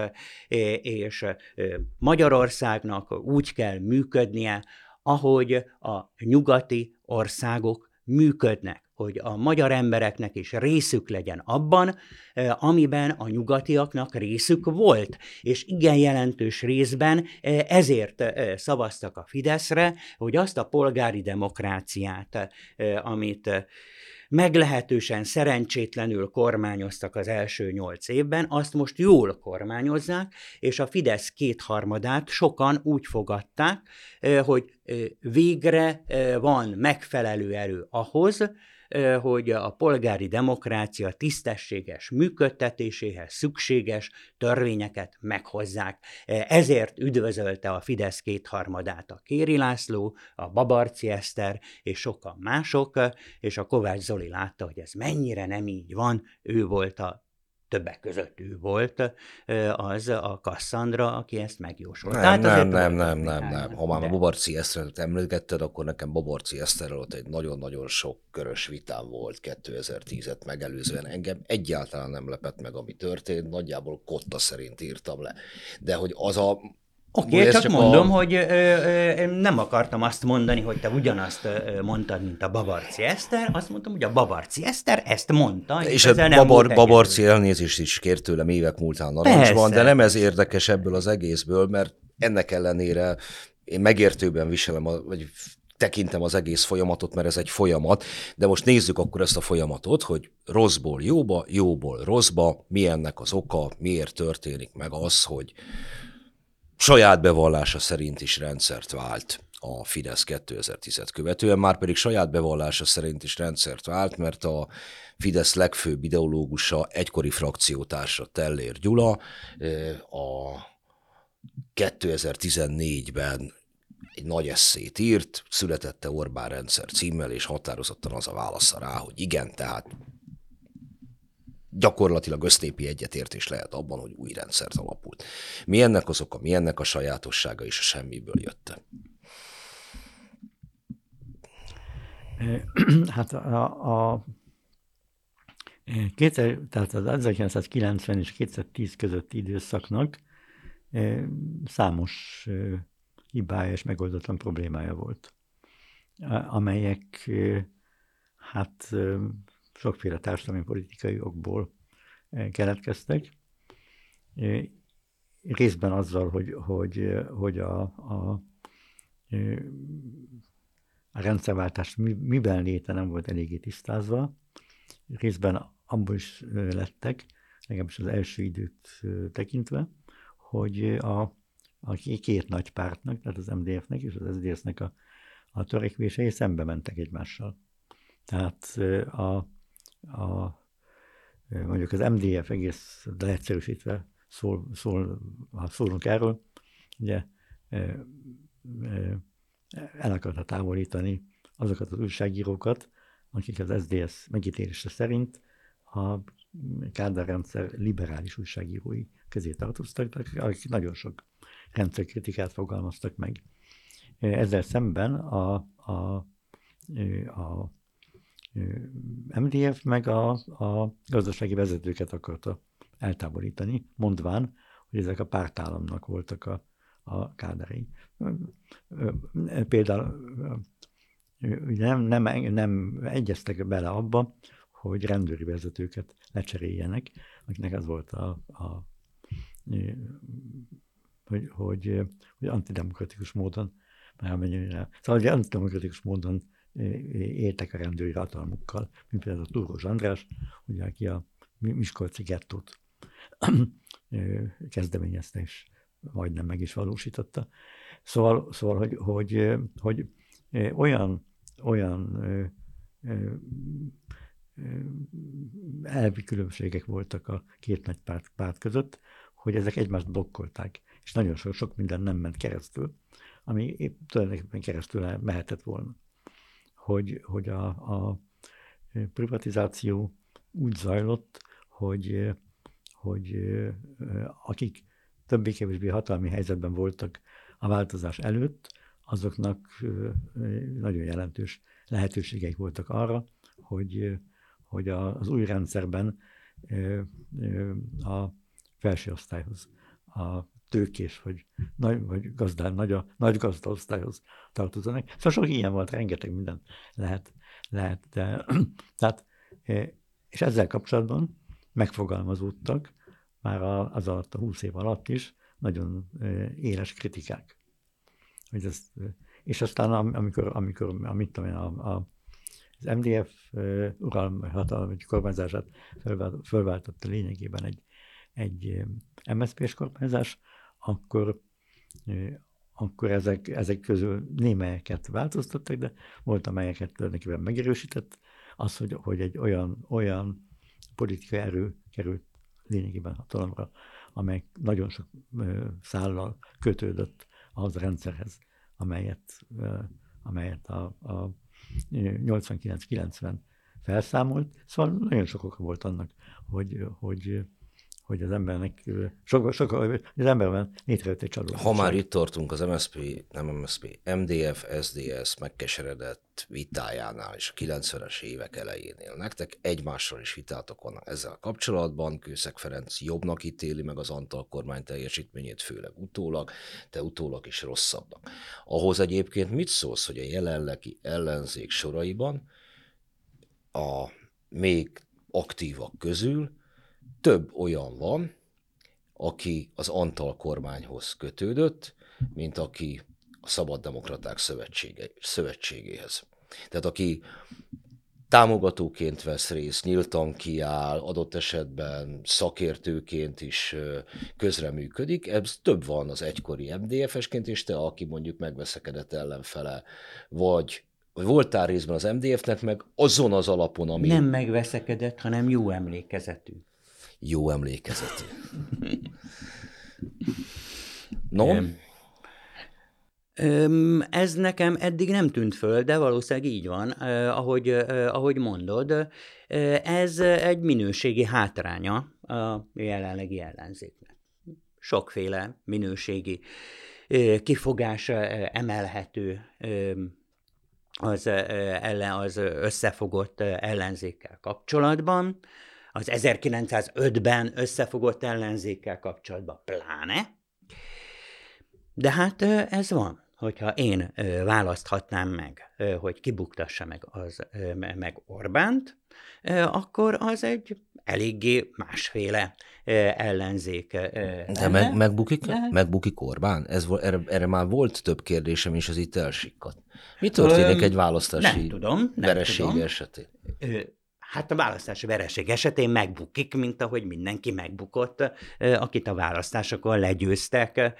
és Magyarországnak úgy kell működnie, ahogy a nyugati országok működnek, hogy a magyar embereknek is részük legyen abban, amiben a nyugatiaknak részük volt. És igen jelentős részben ezért szavaztak a Fideszre, hogy azt a polgári demokráciát, amit meglehetősen szerencsétlenül kormányoztak az első nyolc évben, azt most jól kormányozzák, és a Fidesz kétharmadát sokan úgy fogadták, hogy végre van megfelelő erő ahhoz, hogy a polgári demokrácia tisztességes működtetéséhez szükséges törvényeket meghozzák. Ezért üdvözölte a Fidesz kétharmadát a Kéri László, a Babarczy Eszter és sokan mások, és a Kovács Zoli látta, hogy ez mennyire nem így van, ő volt a többek között ő volt az a Kasszandra, aki ezt megjósolta. Nem, hát nem, nem, nem, nem, nem. Ha már a Babarczy Esztert említetted, akkor nekem Babarczy Eszterrel ott egy nagyon-nagyon sok körös vitám volt kétezer-tízet megelőzően. Engem egyáltalán nem lepett meg, ami történt, nagyjából kotta szerint írtam le. De hogy az a... Oké, okay, csak, csak mondom, a... hogy ö, ö, nem akartam azt mondani, hogy te ugyanazt ö, mondtad, mint a Babarczy Eszter, azt mondtam, hogy a Babarczy Eszter ezt mondta. És a Babar, Babarczy elnézést is kért tőlem évek múltán Narancsban, de nem ez érdekes ebből az egészből, mert ennek ellenére én megértőben viselem, a, vagy tekintem az egész folyamatot, mert ez egy folyamat, de most nézzük akkor ezt a folyamatot, hogy rosszból jóba, jóból rosszba, mi ennek az oka, miért történik meg az, hogy saját bevallása szerint is rendszert vált a Fidesz kétezer-tízet követően, már pedig saját bevallása szerint is rendszert vált, mert a Fidesz legfőbb ideológusa, egykori frakciótársa Tellér Gyula a kétezer-tizennégyben egy nagy esszét írt, Született-e Orbán rendszer címmel, és határozottan az a válasza rá, hogy igen, tehát gyakorlatilag össznépi egyetértés lehet abban, hogy új rendszert alapult. Mi ennek az oka, mi ennek a sajátossága, és a semmiből jötte? Hát a, a kétszer, tehát az ezerkilencszázkilencven és kétezer-tíz közötti időszaknak számos hibája és megoldatlan problémája volt, amelyek hát sokféle társadalmi politikai okból keletkeztek. Részben azzal, hogy, hogy, hogy a, a, a rendszerváltás miben léte nem volt eléggé tisztázva, részben abból is lettek, legalábbis az első időt tekintve, hogy a, a két nagy pártnak, tehát az em dé ef-nek és az es zé dé es-nek a, a törekvései szembe mentek egymással. Tehát a, a, mondjuk az em dé ef egész leegyszerűsítve szól, szól, ha szólunk erről, ugye el akarta távolítani azokat az újságírókat, akik az es zé dé es megítélése szerint a Kádár rendszer liberális újságírói közé tartoztak, akik nagyon sok rendszerkritikát fogalmaztak meg. Ezzel szemben a, a, a em dé ef meg a, a gazdasági vezetőket akarta eltávolítani, mondván, hogy ezek a pártállamnak voltak a, a kádárai. Például nem, nem, nem egyeztek bele abba, hogy rendőri vezetőket lecseréljenek, akiknek az volt a, a hogy, hogy, hogy antidemokratikus módon, szóval hogy antidemokratikus módon éltek a rendőri hatalmukkal, mint például a Túrós András, ugye, aki a miskolci gettót kezdeményezte, és majdnem meg is valósította. Szóval, szóval hogy, hogy, hogy olyan, olyan elvi különbségek voltak a két nagy párt, párt között, hogy ezek egymást blokkolták, és nagyon sok, sok minden nem ment keresztül, ami épp tulajdonképpen keresztül mehetett volna. Hogy, hogy a, a privatizáció úgy zajlott, hogy, hogy akik többé-kevésbé hatalmi helyzetben voltak a változás előtt, azoknak nagyon jelentős lehetőségeik voltak arra, hogy, hogy az új rendszerben a felső osztályhoz, a tőkés vagy, nagy, vagy gazdán, nagy, a, nagy gazdaosztályhoz tartozanak. Szóval sok ilyen volt, rengeteg minden lehet. lehet de, tehát, és ezzel kapcsolatban megfogalmazódtak már az alatt, a húsz év alatt is nagyon éles kritikák. Hogy ezt, és aztán amikor, amikor amit tudom én, a, a, az em dé ef uralmi hatalmi kormányzását fölváltotta lényegében egy, egy em es zé pés kormányzás, akkor, akkor ezek, ezek közül némelyeket változtattak, de volt, amelyeket tulajdonképpen megerősített, az, hogy, hogy egy olyan, olyan politikai erő került lényegében hatalomra, amely nagyon sok szállal kötődött ahhoz a rendszerhez, amelyet, amelyet a, a nyolcvankilenc kilencven felszámolt. Szóval nagyon sok oka volt annak, hogy, hogy, hogy az embernek, sok, sok, az emberben létrejött egy csalódás. Ha már itt tartunk az em es zé pé, nem em es zé pé, em dé ef, es dé es megkeseredett vitájánál és a kilencvenes évek elejénél. Nektek egymással is vitátok van ezzel kapcsolatban. Kőszeg Ferenc jobbnak ítéli meg az Antall kormány teljesítményét, főleg utólag, te utólag is rosszabbnak. Ahhoz egyébként mit szólsz, hogy a jelenlegi ellenzék soraiban a még aktívak közül több olyan van, aki az Antall kormányhoz kötődött, mint aki a Szabaddemokraták Szövetsége, Szövetségéhez. Tehát aki támogatóként vesz részt, nyíltan kiáll, adott esetben szakértőként is közreműködik, ez több van az egykori em dé ef-esként, és te, aki mondjuk megveszekedett ellenfele, vagy voltál részben az em dé ef-nek, meg azon az alapon, ami... Nem megveszekedett, hanem jó emlékezetű. Jó emlékezetű. No? Ez nekem eddig nem tűnt föl, de valószínűleg így van, ahogy, ahogy mondod. Ez egy minőségi hátránya a jelenlegi ellenzéknek. Sokféle minőségi kifogás emelhető az, ellen, az összefogott ellenzékkel kapcsolatban. Az ezerkilencszázötben összefogott ellenzékkel kapcsolatban pláne. De hát ez van, hogyha én választhatnám meg, hogy kibuktassa meg, az, meg Orbánt, akkor az egy eléggé másféle ellenzék. De meg, megbukik, megbukik Orbán? Ez, erre, erre már volt több kérdésem, és az itt elsikkadt. Mi történik Öm, egy választási nem tudom, nem vereség tudom. esetén? Hát a választási vereség esetén megbukik, mint ahogy mindenki megbukott, akit a választásokon legyőztek.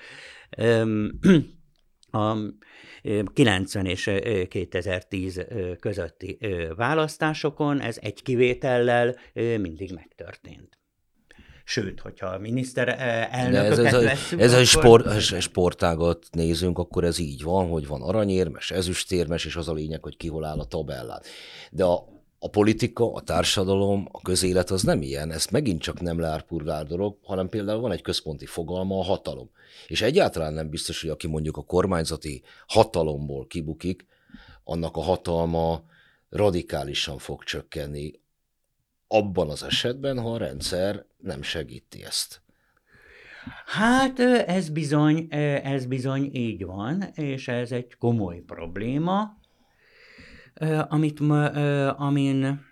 A kilencven és kétezer-tíz közötti választásokon ez egy kivétellel mindig megtörtént. Sőt, hogyha a miniszterelnököket ez, ez, vesszük, ez akkor... a sport, sportágat nézünk, akkor ez így van, hogy van aranyérmes, ezüstérmes, és az a lényeg, hogy ki hol áll a tabellán. De a A politika, a társadalom, a közélet az nem ilyen, ez megint csak nem leárpurgál dolog, hanem például van egy központi fogalma, a hatalom. És egyáltalán nem biztos, hogy aki mondjuk a kormányzati hatalomból kibukik, annak a hatalma radikálisan fog csökkenni abban az esetben, ha a rendszer nem segíti ezt. Hát ez bizony, ez bizony így van, és ez egy komoly probléma, amit, amin,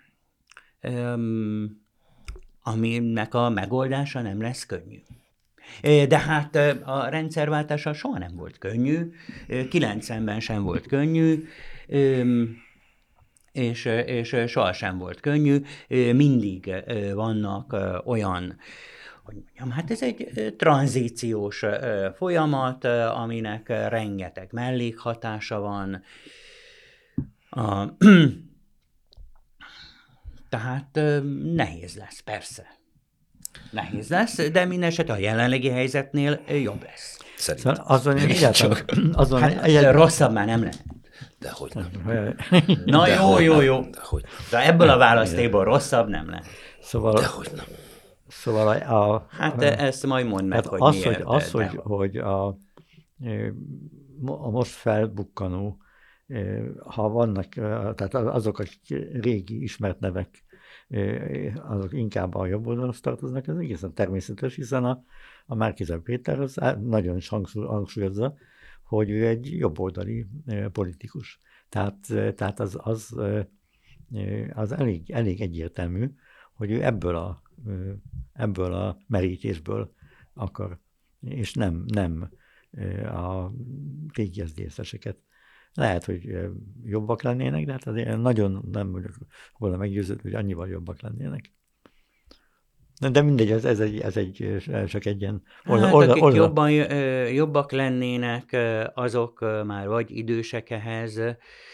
aminek a megoldása nem lesz könnyű. De hát a rendszerváltása soha nem volt könnyű, kilencvenben sem volt könnyű, és, és sohasem volt könnyű. Mindig vannak olyan, hogy mondjam, hát ez egy tranzíciós folyamat, aminek rengeteg mellékhatása van. A, tehát nehéz lesz, persze. Nehéz lesz, de minden esetre a jelenlegi helyzetnél jobb lesz. Szerintem. Szóval azon egyáltalán, azon Hát egyáltalán rosszabb már nem lehet. Dehogy nem. Na De jó, hogy jó, nem, jó. dehogy. De ebből a választékból rosszabb nem lehet. Szóval, Dehogy nem. szóval a, a, Hát ezt majd mondd meg, hát hogy az, miért. hogy, az, de, hogy, hogy a, a most felbukkanó, ha vannak, tehát azok, akik régi ismert nevek, azok inkább a jobb oldalhoz tartoznak, ez egészen természetes, hiszen a, a Márki-Zay Péter az nagyon is hangsúlyozza, hogy ő egy jobboldali politikus. Tehát, tehát az, az, az elég, elég egyértelmű, hogy ő ebből a, ebből a merítésből akar, és nem, nem a régi es zé dé es-eseket. Lehet, hogy jobbak lennének, de hát azért nagyon nem vagyok volna meggyőződve, hogy annyival jobbak lennének. De mindegy, ez, ez, egy, ez egy, csak egy ilyen oldal, hát, oldal, akik oldal. Jobban, jobbak lennének, azok már vagy idősek ehhez,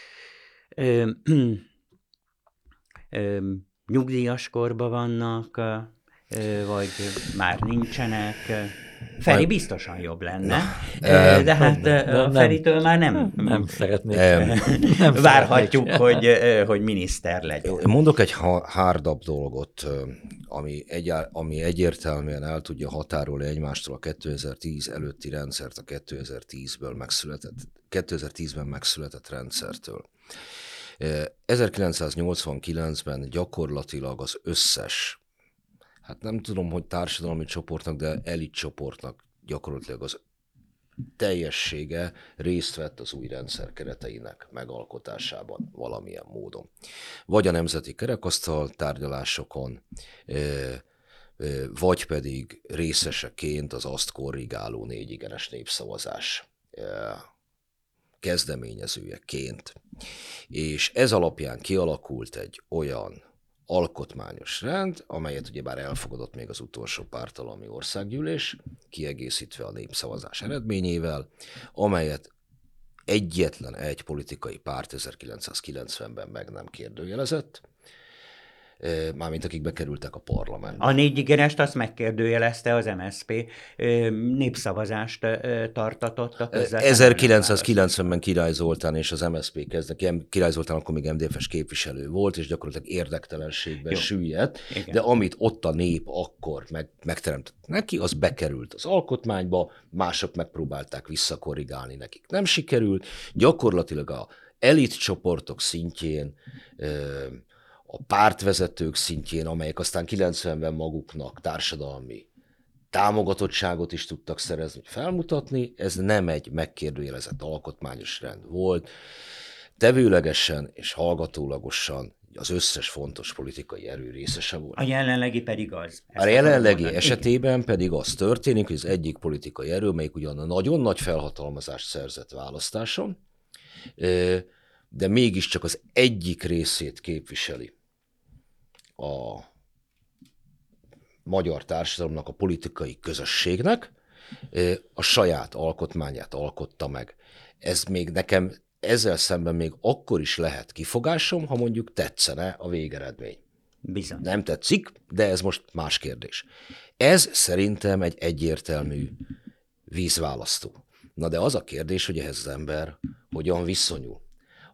nyugdíjas korban vannak, vagy már nincsenek. Feri biztosan jobb lenne, Na, de hát nem, Feritől már nem, nem, nem szeretnék. Nem várhatjuk, hogy, hogy miniszter legyen. Mondok egy hárdabb dolgot, ami, egy, ami egyértelműen el tudja határolni egymástól a kétezer-tíz előtti rendszert a kétezer-tízből megszületett, kétezer-tízben megszületett rendszertől. ezerkilencszáznyolcvankilencben gyakorlatilag az összes, hát nem tudom, hogy társadalmi csoportnak, de elit csoportnak gyakorlatilag az teljessége részt vett az új rendszer kereteinek megalkotásában valamilyen módon. Vagy a nemzeti kerekasztal tárgyalásokon, vagy pedig részeseként az azt korrigáló négy igenes népszavazás kezdeményezőjeként. És ez alapján kialakult egy olyan alkotmányos rend, amelyet ugyebár elfogadott még az utolsó pártalami országgyűlés, kiegészítve a népszavazás eredményével, amelyet egyetlen egy politikai párt ezerkilencszázkilencvenben meg nem kérdőjelezett, mármint akik bekerültek a parlamentbe. A négy igenest azt megkérdőjelezte az em es zé pé, népszavazást tartatott a közvetlen. ezerkilencszázkilencvenben Király Zoltán és az em es zé pé kezdtek, Király Zoltán akkor még em dé ef-es képviselő volt, és gyakorlatilag érdektelenségben Jó. süllyedt, Igen. de amit ott a nép akkor meg, megteremtett neki, az bekerült az alkotmányba, mások megpróbálták visszakorrigálni, nekik nem sikerült, gyakorlatilag a elit csoportok szintjén, a pártvezetők szintjén, amelyek aztán kilencvenben maguknak társadalmi támogatottságot is tudtak szerezni, felmutatni, ez nem egy megkérdőjelezett alkotmányos rend volt. Tevőlegesen és hallgatólagosan az összes fontos politikai erő részese volt. A jelenlegi pedig az. A jelenlegi esetében pedig az történik, hogy az egyik politikai erő, melyik ugyan nagyon nagy felhatalmazást szerzett választáson, de mégiscsak az egyik részét képviseli a magyar társadalomnak, a politikai közösségnek, a saját alkotmányát alkotta meg. Ez még nekem ezzel szemben még akkor is lehet kifogásom, ha mondjuk tetszene a végeredmény. Bizony. Nem tetszik, de ez most más kérdés. Ez szerintem egy egyértelmű vízválasztó. Na de az a kérdés, hogy ehhez az ember hogyan viszonyul.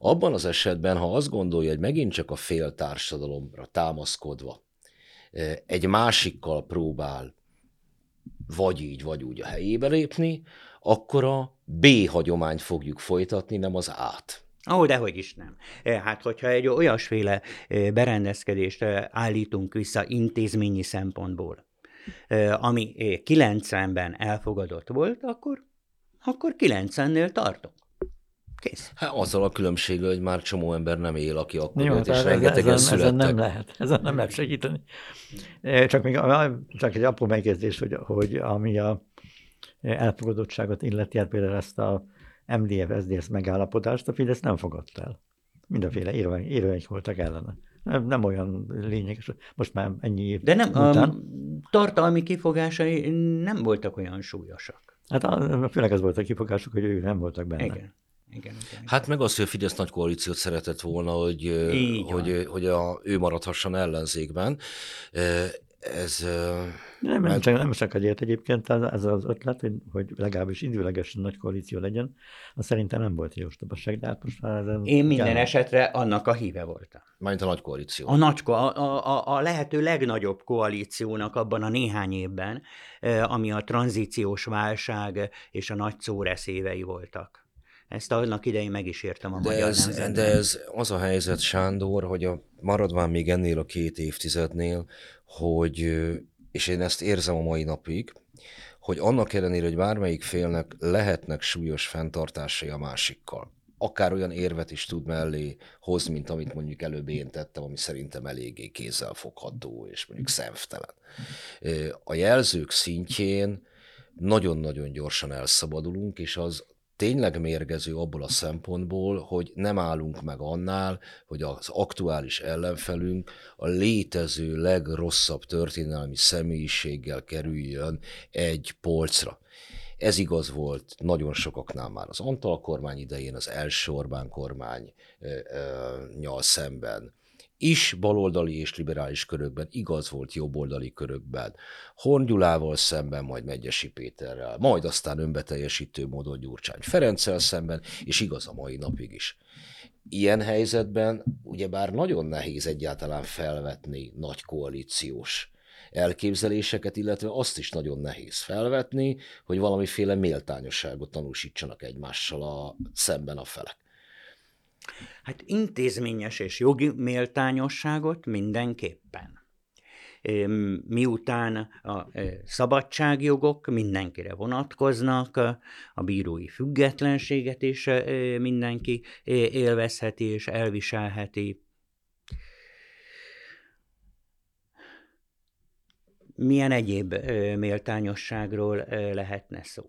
Abban az esetben, ha azt gondolja, hogy megint csak a fél társadalomra támaszkodva egy másikkal próbál vagy így, vagy úgy a helyébe lépni, akkor a B hagyományt fogjuk folytatni, nem az A-t. Ó, dehogy is nem. Hát, hogyha egy olyasféle berendezkedést állítunk vissza intézményi szempontból, ami kilencvenben elfogadott volt, akkor, akkor kilencvennél tartunk. Kész. Hát azzal a különbséggel, hogy már csomó ember nem él, aki akkor Jó, jött, és ezen, rengetegen ezen, ezen születtek. nem lehet, ezen nem lehet segíteni. Csak, még, csak egy apró megjegyzés, hogy, hogy ami a elfogadottságot illeti, hát például ezt a em dé ef es dé es megállapodást, a Fidesz nem fogadta el. Mindenféle érveink voltak ellene. Nem, nem olyan lényeges, most már ennyi év De nem, után. a tartalmi kifogásai nem voltak olyan súlyosak. Hát a, főleg az volt a kifogásuk, hogy ők nem voltak benne. Igen. Igen, igen. Hát meg az, hogy a Fidesz nagy koalíciót szeretett volna, hogy, hogy, hogy a, ő maradhasson ellenzékben. Ez... Nem, nem, csak, nem csak azért egyébként ez az ötlet, hogy, hogy legalábbis időlegesen nagy koalíció legyen, az szerintem nem volt jóstabaság, de hát most már ezen... Én minden kell. esetre annak a híve voltam. Majd a nagy koalíció. A, nagy, a, a, a lehető legnagyobb koalíciónak abban a néhány évben, ami a tranzíciós válság és a nagy szóreszévei voltak. Ezt annak idején meg is értem a de magyar ez, nemzetben. De ez az a helyzet, Sándor, hogy a, maradván még ennél a két évtizednél, hogy, és én ezt érzem a mai napig, hogy annak ellenére, hogy bármelyik félnek lehetnek súlyos fenntartásai a másikkal, akár olyan érvet is tud mellé hozni, mint amit mondjuk előbb én tettem, ami szerintem eléggé kézzelfogható, és mondjuk szemtelen. A jelzők szintjén nagyon-nagyon gyorsan elszabadulunk, és az tényleg mérgező abból a szempontból, hogy nem állunk meg annál, hogy az aktuális ellenfelünk a létező legrosszabb történelmi személyiséggel kerüljön egy polcra. Ez igaz volt nagyon sokaknál már az Antal kormány idején, az első Orbán kormánnyal szemben is, baloldali és liberális körökben, igaz volt jobboldali körökben, Horn Gyulával szemben, majd Megyesi Péterrel, majd aztán önbeteljesítő módon Gyurcsány Ferenccel szemben, és igaz a mai napig is. Ilyen helyzetben ugyebár nagyon nehéz egyáltalán felvetni nagy koalíciós elképzeléseket, illetve azt is nagyon nehéz felvetni, hogy valamiféle méltányosságot tanúsítsanak egymással a, szemben a felek. Hát intézményes és jogi méltányosságot mindenképpen. Miután a szabadságjogok mindenkire vonatkoznak, a bírói függetlenséget is mindenki élvezheti és elviselheti. Milyen egyéb méltányosságról lehetne szó?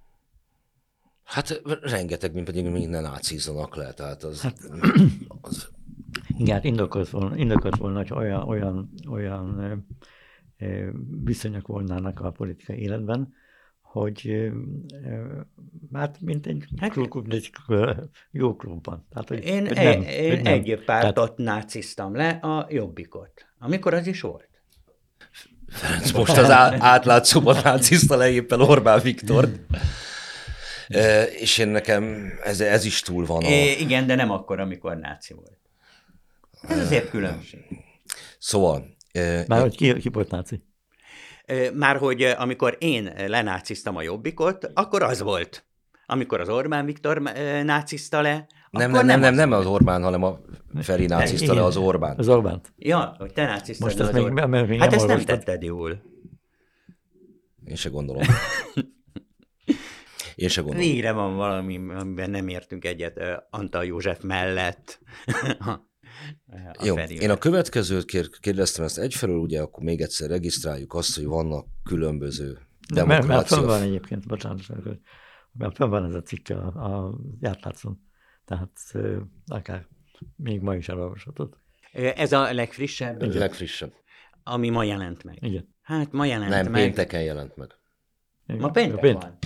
Hát rengeteg, mint pedig minden nácizzanak le, tehát az... Hát, az... Igen, hát indokolt volna, indokolt volna, hogy olyan, olyan, olyan ö, ö, viszonyok volnának a politikai életben, hogy ö, ö, hát mint egy, klub, egy jó klubban. Tehát, hogy, én hogy nem, nem, én hogy nem. egy pártot Tehát... náciztam le, a Jobbikot. Amikor az is volt. Ferenc most az átlátszóban nácizta le éppen Orbán Viktort. E, és én nekem ez, ez is túl van. A... É, igen, de nem akkor, amikor náci volt. Ez azért különbség. Szóval... E, Már hogy ki, ki volt náci? Már hogy amikor én lenáciztam a Jobbikot, akkor az volt. Amikor az Orbán Viktor nácizta le, nem, akkor nem, nem, nem, nem, nem az Orbán, hanem a Feri nácizta le az Orbánt. Az Orbánt. Ja, hogy te náciztad most le az még, Orbánt. Még, még hát nem ezt nem olvastad. tetted jól. Én se gondolom. Én se gondolom. Végre van valami, amiben nem értünk egyet Antal József mellett. A Jó, Ferivel. Én a következőt kérdeztem ezt egyfelől, ugye akkor még egyszer regisztráljuk azt, hogy vannak különböző demokrácia. Mert fönn van egyébként, bocsánat, mert fönn van ez a cikk a, a Játlátszón, tehát akár még ma is elolvashatod. Ez a legfrissebb? A legfrissebb. Ami ma jelent meg. Igen. Hát ma jelent Nem, meg. Nem, pénteken jelent meg. Igen. Ma péntek pént. van.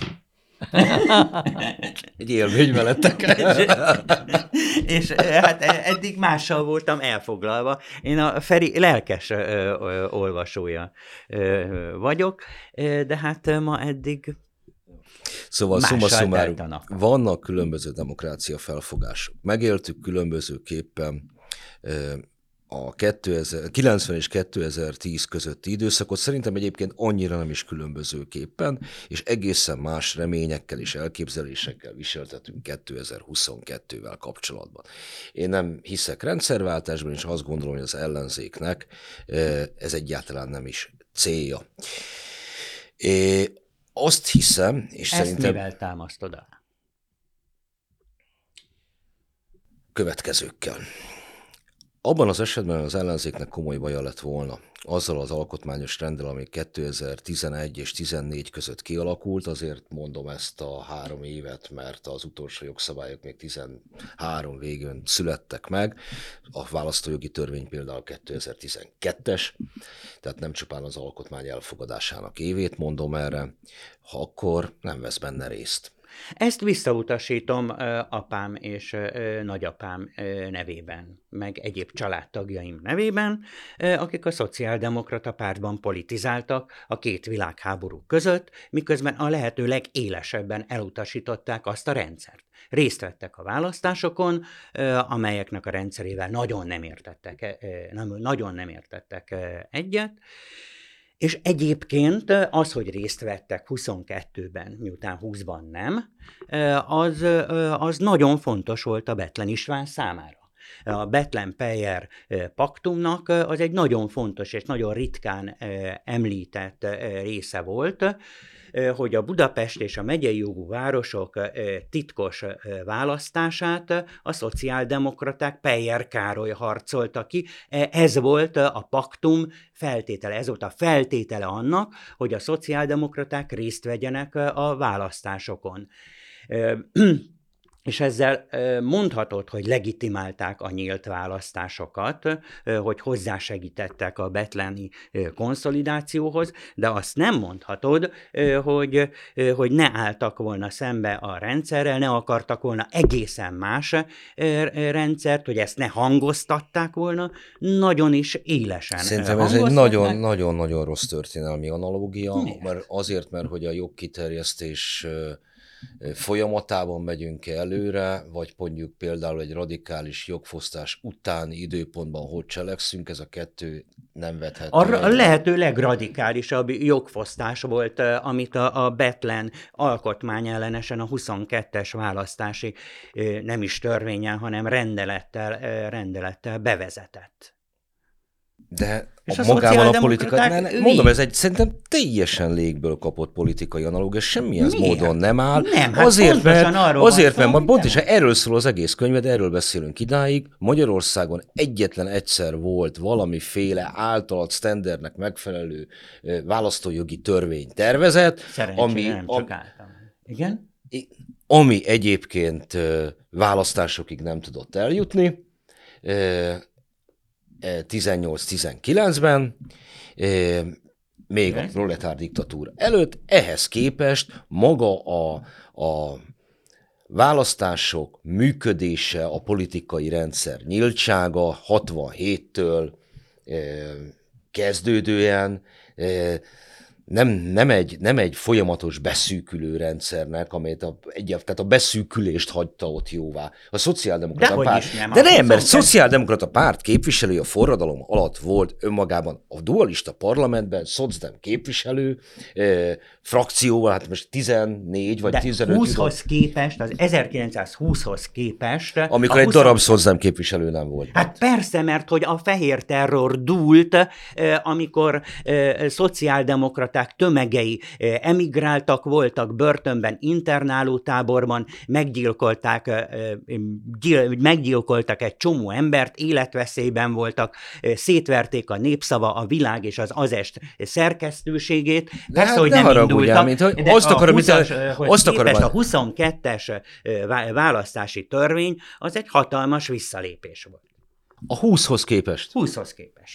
Egy élmény veletek. És hát eddig mással voltam elfoglalva. Én a Feri lelkes ö, ö, olvasója ö, vagyok, de hát ma eddig... Szóval summa mással summarum, telt a nap. vannak különböző demokrácia felfogások. Megéltük különbözőképpen a kétezer, kilencven és kétezer-tíz közötti időszakot, szerintem egyébként annyira nem is különbözőképpen, és egészen más reményekkel és elképzelésekkel viseltetünk kétezer-huszonkettővel kapcsolatban. Én nem hiszek rendszerváltásban, és azt gondolom, hogy az ellenzéknek ez egyáltalán nem is célja. É, azt hiszem, és Ezt szerintem... mivel támasztod alá? Következőkkel. Abban az esetben az ellenzéknek komoly baja lett volna azzal az alkotmányos renddel, ami kétezer-tizenegy és tizennégy között kialakult, azért mondom ezt a három évet, mert az utolsó jogszabályok még tizenhárom végén születtek meg, a választójogi törvény például kétezer-tizenkettes, tehát nem csupán az alkotmány elfogadásának évét mondom erre, ha akkor nem vesz benne részt. Ezt visszautasítom apám és nagyapám nevében, meg egyéb családtagjaim nevében, akik a szociáldemokrata pártban politizáltak a két világháború között, miközben a lehető legélesebben elutasították azt a rendszert. Részt vettek a választásokon, amelyeknek a rendszerével nagyon nem értettek, nagyon nem értettek egyet, és egyébként az, hogy részt vettek huszonkettőben, miután húszban nem, az, az nagyon fontos volt a Bethlen István számára. A Bethlen-Peyer paktumnak az egy nagyon fontos és nagyon ritkán említett része volt, hogy a Budapest és a megyei jogú városok titkos választását a szociáldemokraták Peyer Károly harcolta ki. Ez volt a paktum feltétele, ez volt a feltétele annak, hogy a szociáldemokraták részt vegyenek a választásokon. És ezzel mondhatod, hogy legitimálták a nyílt választásokat, hogy hozzásegítettek a bethleni konszolidációhoz, de azt nem mondhatod, hogy, hogy ne álltak volna szembe a rendszerrel, ne akartak volna egészen más rendszert, hogy ezt ne hangoztatták volna, nagyon is élesen Szerintem ez egy nagyon-nagyon rossz történelmi analógia, mert azért, mert hogy a jogkiterjesztés folyamatában megyünk előre, vagy mondjuk például egy radikális jogfosztás utáni időpontban hogy cselekszünk, ez a kettő nem vethető. A lehető legradikálisabb jogfosztás volt, amit a, a Bethlen alkotmányellenesen a huszonkettes választási nem is törvényen, hanem rendelettel, rendelettel bevezetett. De és a magával a politikát, ne, ne, mondom, ez egy szerintem teljesen légből kapott politikai analógia, semmilyen Miért? módon nem áll. Nem, hát azért, mert, azért, mert szó, pont is erről szól az egész könyved, erről beszélünk idáig. Magyarországon egyetlen egyszer volt valamiféle általad sztendernek megfelelő választójogi törvénytervezet, ami, nem csak által. Igen? ami egyébként választásokig nem tudott eljutni, tizennyolc-tizenkilencben, még a proletár diktatúra előtt, ehhez képest maga a, a választások működése, a politikai rendszer nyíltsága hatvanhéttől kezdődően nem, nem, egy, nem egy folyamatos beszűkülő rendszernek, amelyet a, egy, tehát a beszűkülést hagyta ott jóvá. A szociáldemokrata de párt... Nem, de nem, mert a szociáldemokrata párt képviselője a forradalom alatt volt önmagában a dualista parlamentben, szocdem képviselő, eh, frakcióval, hát most tizennégy vagy tizenöt... húszhoz képest, az ezerkilencszázhúszhoz képest... Amikor egy darab szocdem képviselő nem volt. Hát persze, mert hogy a fehér terror dúlt, eh, amikor eh, szociáldemokraták tömegei emigráltak, voltak börtönben, internálótáborban, meggyilkolták, meggyilkoltak egy csomó embert, életveszélyben voltak, szétverték a Népszava, a Világ és az Azest szerkesztőségét. De persze, hát hogy nem indultak. Mint, hogy azt akarom, mint a, azt akarom, a huszonkettes választási törvény az egy hatalmas visszalépés volt. A húszhoz képest? húszhoz képest, igen.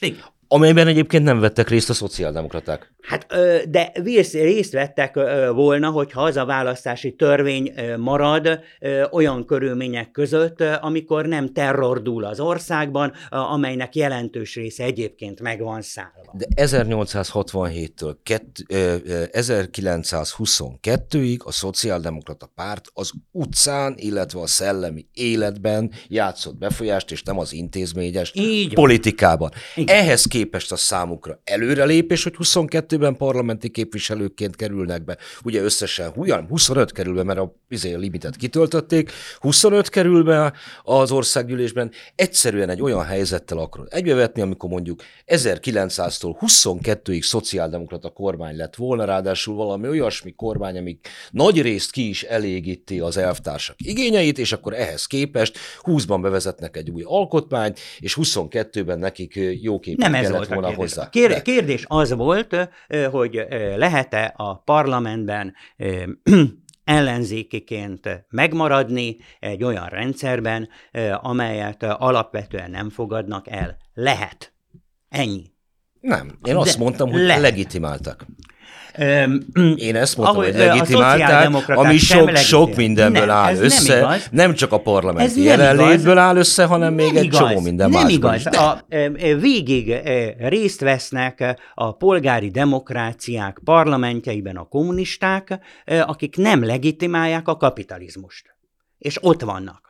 Amelyben egyébként nem vettek részt a szociáldemokraták. Hát, ö, de vész- részt vettek ö, volna, hogyha az a választási törvény ö, marad ö, olyan körülmények között, ö, amikor nem terror dúl az országban, ö, amelynek jelentős része egyébként meg van szállva. De ezernyolcszázhatvanhéttől kett- ö, ö, ezerkilencszázhuszonkettőig a szociáldemokrata párt az utcán, illetve a szellemi életben játszott befolyást, és nem az intézményes Így van. politikában. Igen. Ehhez képest a számukra előrelépés, hogy huszonkettőben parlamenti képviselőként kerülnek be. Ugye összesen huszonöt kerül be, mert a, izé, a limitet kitöltötték, huszonöt kerül be az országgyűlésben. Egyszerűen egy olyan helyzettel akarod egybevetni, amikor mondjuk ezerkilencszáztól huszonkettőig szociáldemokrata kormány lett volna, ráadásul valami olyasmi kormány, amik nagy részt ki is elégíti az elvtársak igényeit, és akkor ehhez képest húszban bevezetnek egy új alkotmányt, és huszonkettőben nekik jóképpen Nem ez kellett volt a volna kérdés. hozzá. A kér- De. kérdés az volt, ö, hogy ö, lehet-e a parlamentben ö, ellenzékiként megmaradni egy olyan rendszerben, ö, amelyet ö, alapvetően nem fogadnak el. Lehet. Ennyi. Nem. Én azt De mondtam, hogy lehet. legitimáltak. Öm, Én ezt mondtam, ahogy, hogy ö, a legitimálták, szociáldemokraták ami sem sok, legitim. sok mindenből Nem, áll ez nem össze, igaz. nem csak a Ez parlamenti nem jelenlétből igaz. áll össze, hanem még Nem egy igaz, csomó minden nem másból igaz. is. De. A, ö, ö, végig ö, részt vesznek a polgári demokráciák parlamentjeiben a kommunisták, ö, akik nem legitimálják a kapitalizmust. És ott vannak.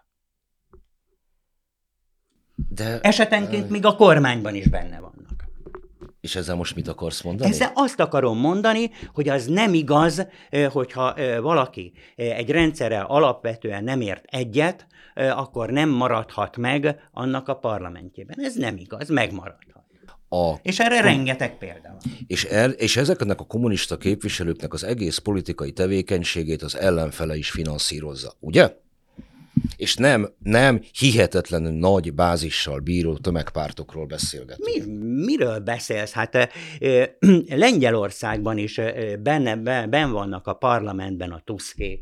De, Esetenként még a kormányban is benne vannak. és ezzel most mit akarsz mondani? Ezzel azt akarom mondani, hogy az nem igaz, ö, hogyha ö, valaki ö, egy rendszerrel alapvetően nem ért egyet, ö, akkor nem maradhat meg annak a parlamentjében. Ez nem igaz, megmaradhat. A, És erre rengeteg példa van. és, el, és ezeknek a kommunista képviselőknek az egész politikai tevékenységét az ellenfele is finanszírozza, ugye? És nem, nem hihetetlenül nagy bázissal bíró tömegpártokról beszélgetünk. Mi, miről beszélsz? Hát ö, ö, Lengyelországban is ö, benne, ben, ben vannak a parlamentben a tuszkék.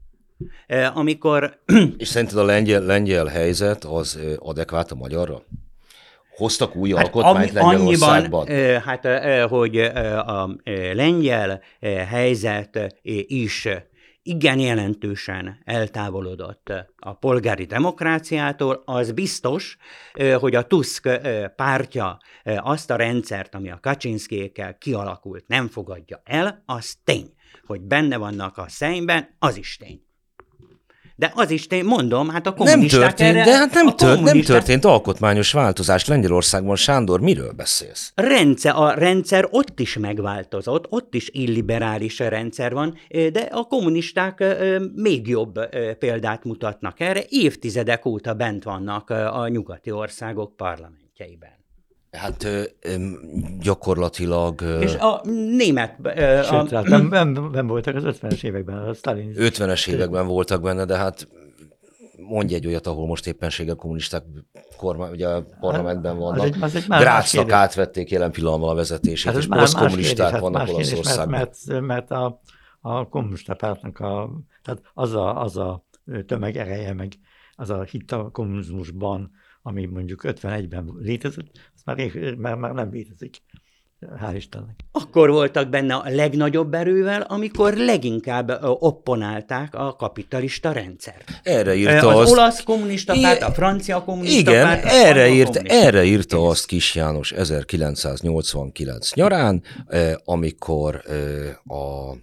Ö, amikor És szerinted a lengyel, lengyel helyzet az ö, adekvát a magyarra? Hoztak új Hát alkotmányt annyi- Lengyelországban? Annyiban, ö, hát, ö, hogy ö, a ö, lengyel ö, helyzet ö, is igen jelentősen eltávolodott a polgári demokráciától, az biztos, ö, hogy a Tusk ö, pártja ö, azt a rendszert, ami a Kaczynszkijékkel kialakult, nem fogadja el, az tény. Hogy benne vannak a Szeimben, az is tény. De az is tény, mondom, hát a Nem kommunisták történt, erre, de hát nem, a tört, nem kommunisták- történt alkotmányos változás Lengyelországban. Sándor, miről beszélsz? Rendszer, a rendszer ott is megváltozott, ott is illiberális rendszer van, de a kommunisták ö, még jobb ö, példát mutatnak erre, évtizedek óta bent vannak ö, a nyugati országok parlamentjeiben. Hát ö, ö, gyakorlatilag ö, És a német... Ö, a, Sőt, hát nem, nem, nem voltak az ötvenes években, a Stalin. ötvenes években voltak benne, de hát mondj egy olyat, ahol most éppenséggel kommunisták kormány, ugye a parlamentben Az vannak. egy- az egy más- más Grácsnak kérdés. átvették jelen pillanatban a vezetését, Hát ez és már más posztkommunisták kérdés, hát vannak más kérdés, mert, Olaszországban. mert, mert a, a kommunista pártnak a, tehát az a, az a tömeg ereje, meg az a hit a kommunizmusban, ami mondjuk ötvenegyben létezett, az már, rég- már, már nem létezik. Hál' Istennek. Akkor voltak benne a legnagyobb erővel, amikor leginkább ö, opponálták a kapitalista rendszert. Erre írta Az azt, olasz kommunista párt, a francia kommunista igen, párt, a erre, spanyol írt, kommunista erre írta azt Kis János ezerkilencszáznyolcvankilenc nyarán, eh, amikor eh, a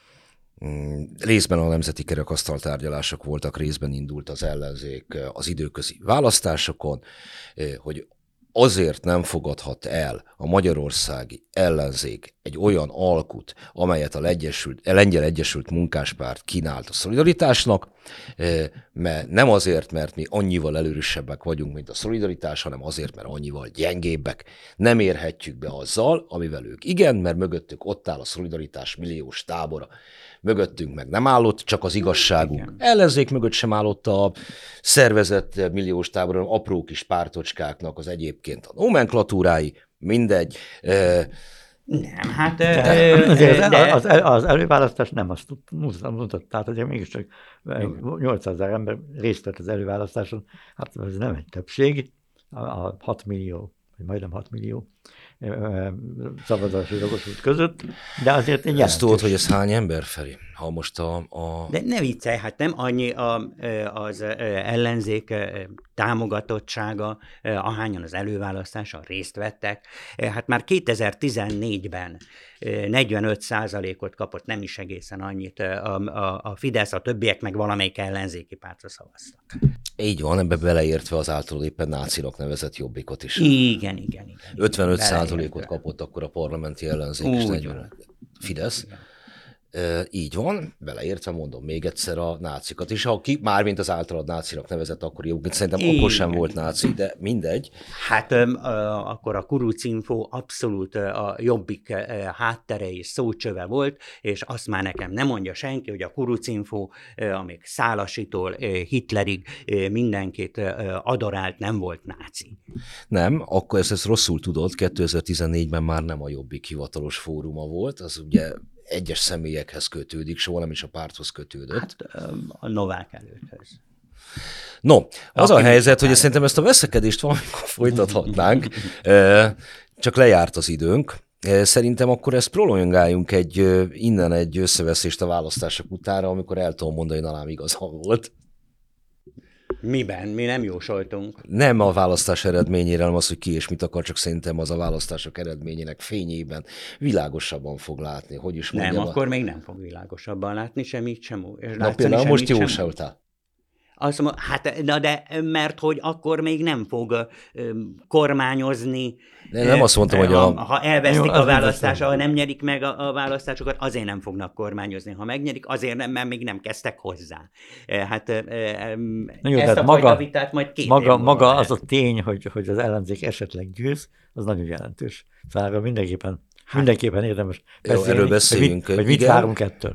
mm, részben a nemzeti kerekasztal tárgyalások voltak, részben indult az ellenzék eh, az időközi választásokon, eh, hogy azért nem fogadhat el a magyarországi ellenzék egy olyan alkut, amelyet a Legyesült, a Lengyel Egyesült Munkáspárt kínált a Szolidaritásnak, eh, mert nem azért, mert mi annyival előrésebbek vagyunk, mint a Szolidaritás, hanem azért, mert annyival gyengébbek. Nem érhetjük be azzal, amivel ők igen, mert mögöttük ott áll a Szolidaritás milliós tábora. Mögöttünk meg nem állott, csak az igazságunk. Igen. Ellenzék mögött sem állott a szervezett milliós tábor, hanem apró kis pártocskáknak az egyébként a nomenklatúrái, mindegy. Eh, Nem, hát... De, ö, azért ö, az, de- az, az előválasztás nem azt tud- mutat, tehát ugye mégiscsak nyolcszázezer ember részt vett az előválasztáson, hát ez nem egy többség, a, a hat millió vagy majdnem hat millió szavazási jogosult között, de azért egy jelentős. Ezt tudod, hogy ez hány ember, Feri? Ha most a... a... De ne viccelj, hát nem annyi a, az ellenzék támogatottsága, ahányan az előválasztáson részt vettek. Hát már kétezer-tizennégyben negyvenöt százalékot kapott, nem is egészen annyit a, a, a Fidesz, a többiek meg valamelyik ellenzéki pártra szavaztak. Így van, ebbe beleértve az általad éppen nácinak nevezett Jobbikot is. Igen, igen, igen. ötvenöt százalékot kapott akkor a parlamenti ellenzék, és negyvenöt Fidesz. Igen. E, így van, beleértve mondom még egyszer a nácikat is. Ha ki, mármint az általad nácinak nevezett akkor Jobbik, szerintem igen, akkor sem volt náci, de mindegy. Hát ö, ö, akkor a Kurucinfo abszolút ö, a Jobbik ö, háttere és szócsöve volt, és azt már nekem nem mondja senki, hogy a Kurucinfo, ö, amíg Szálasitól ö, Hitlerig ö, mindenkit ö, adorált, nem volt náci. Nem, akkor ezt, ezt rosszul tudod, kétezer-tizennégyben már nem a Jobbik hivatalos fóruma volt, az ugye egyes személyekhez kötődik, soha nem is a párthoz kötődött. Hát a Novák előtthöz. No, az Aki a helyzet, hogy szerintem ezt a veszekedést valamikor folytathatnánk, csak lejárt az időnk. Szerintem akkor ezt prolongáljunk egy, innen egy összeveszést a választások utára, amikor el tudom mondani, hogy talán igaza volt. Miben? Mi nem jósoltunk. Nem a választás eredményére, hanem az, hogy ki és mit akar, csak szerintem az a választások eredményének fényében világosabban fog látni. Hogy is mondjam? Nem, a... akkor még nem fog világosabban látni, semmit sem. Na például most jósoltál. Azt mondom, hát, na de mert hogy akkor még nem fog um, kormányozni. De nem azt mondtam, hogy a... Ha elvesztik jó, a választást, ha nem nyerik meg a, a választásokat, azért nem fognak kormányozni. Ha megnyerik, azért nem, mert még nem kezdtek hozzá. Hát jó, ezt a maga, vitát majd két maga, maga az a tény, hogy, hogy az ellenzék esetleg győz, az nagyon jelentős. Szóval mindenképpen, hát, mindenképpen érdemes beszélni, jó, erről beszéljünk. Hogy mit, hogy mit várunk ettől.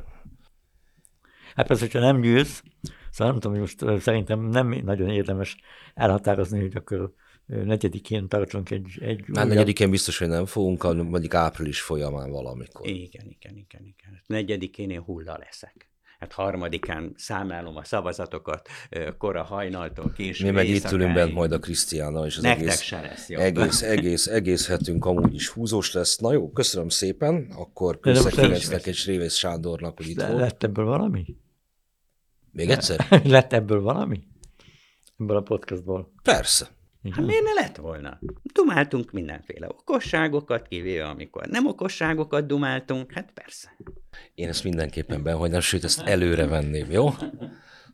Hát persze, hogyha nem győz, szóval nem tudom, hogy most szerintem nem nagyon érdemes elhatározni, hogy akkor negyedikén tartsunk egy... egy hát újabb... negyedikén biztos, hogy nem fogunk, mondjuk április folyamán valamikor. Igen, igen, igen, igen. Negyedikén én hulla leszek. Hát harmadikán számlálom a szavazatokat kora hajnaltól késő. Mi meg itt ülünk bent majd a Krisztiánnal, és az nektek egész, se lesz jobb. egész, egész, egész hetünk amúgy is húzós lesz. Na jó, köszönöm szépen, akkor Kőszeg és Révész Sándornak, hogy itt volt. Lett ebből valami? Még egyszer? Lett ebből valami? Ebből a podcastból? Persze. Hát miért ne lett volna? Dumáltunk mindenféle okosságokat, kivéve amikor nem okosságokat dumáltunk, hát persze. Én ezt mindenképpen behagynám, sőt, ezt előre venném, jó?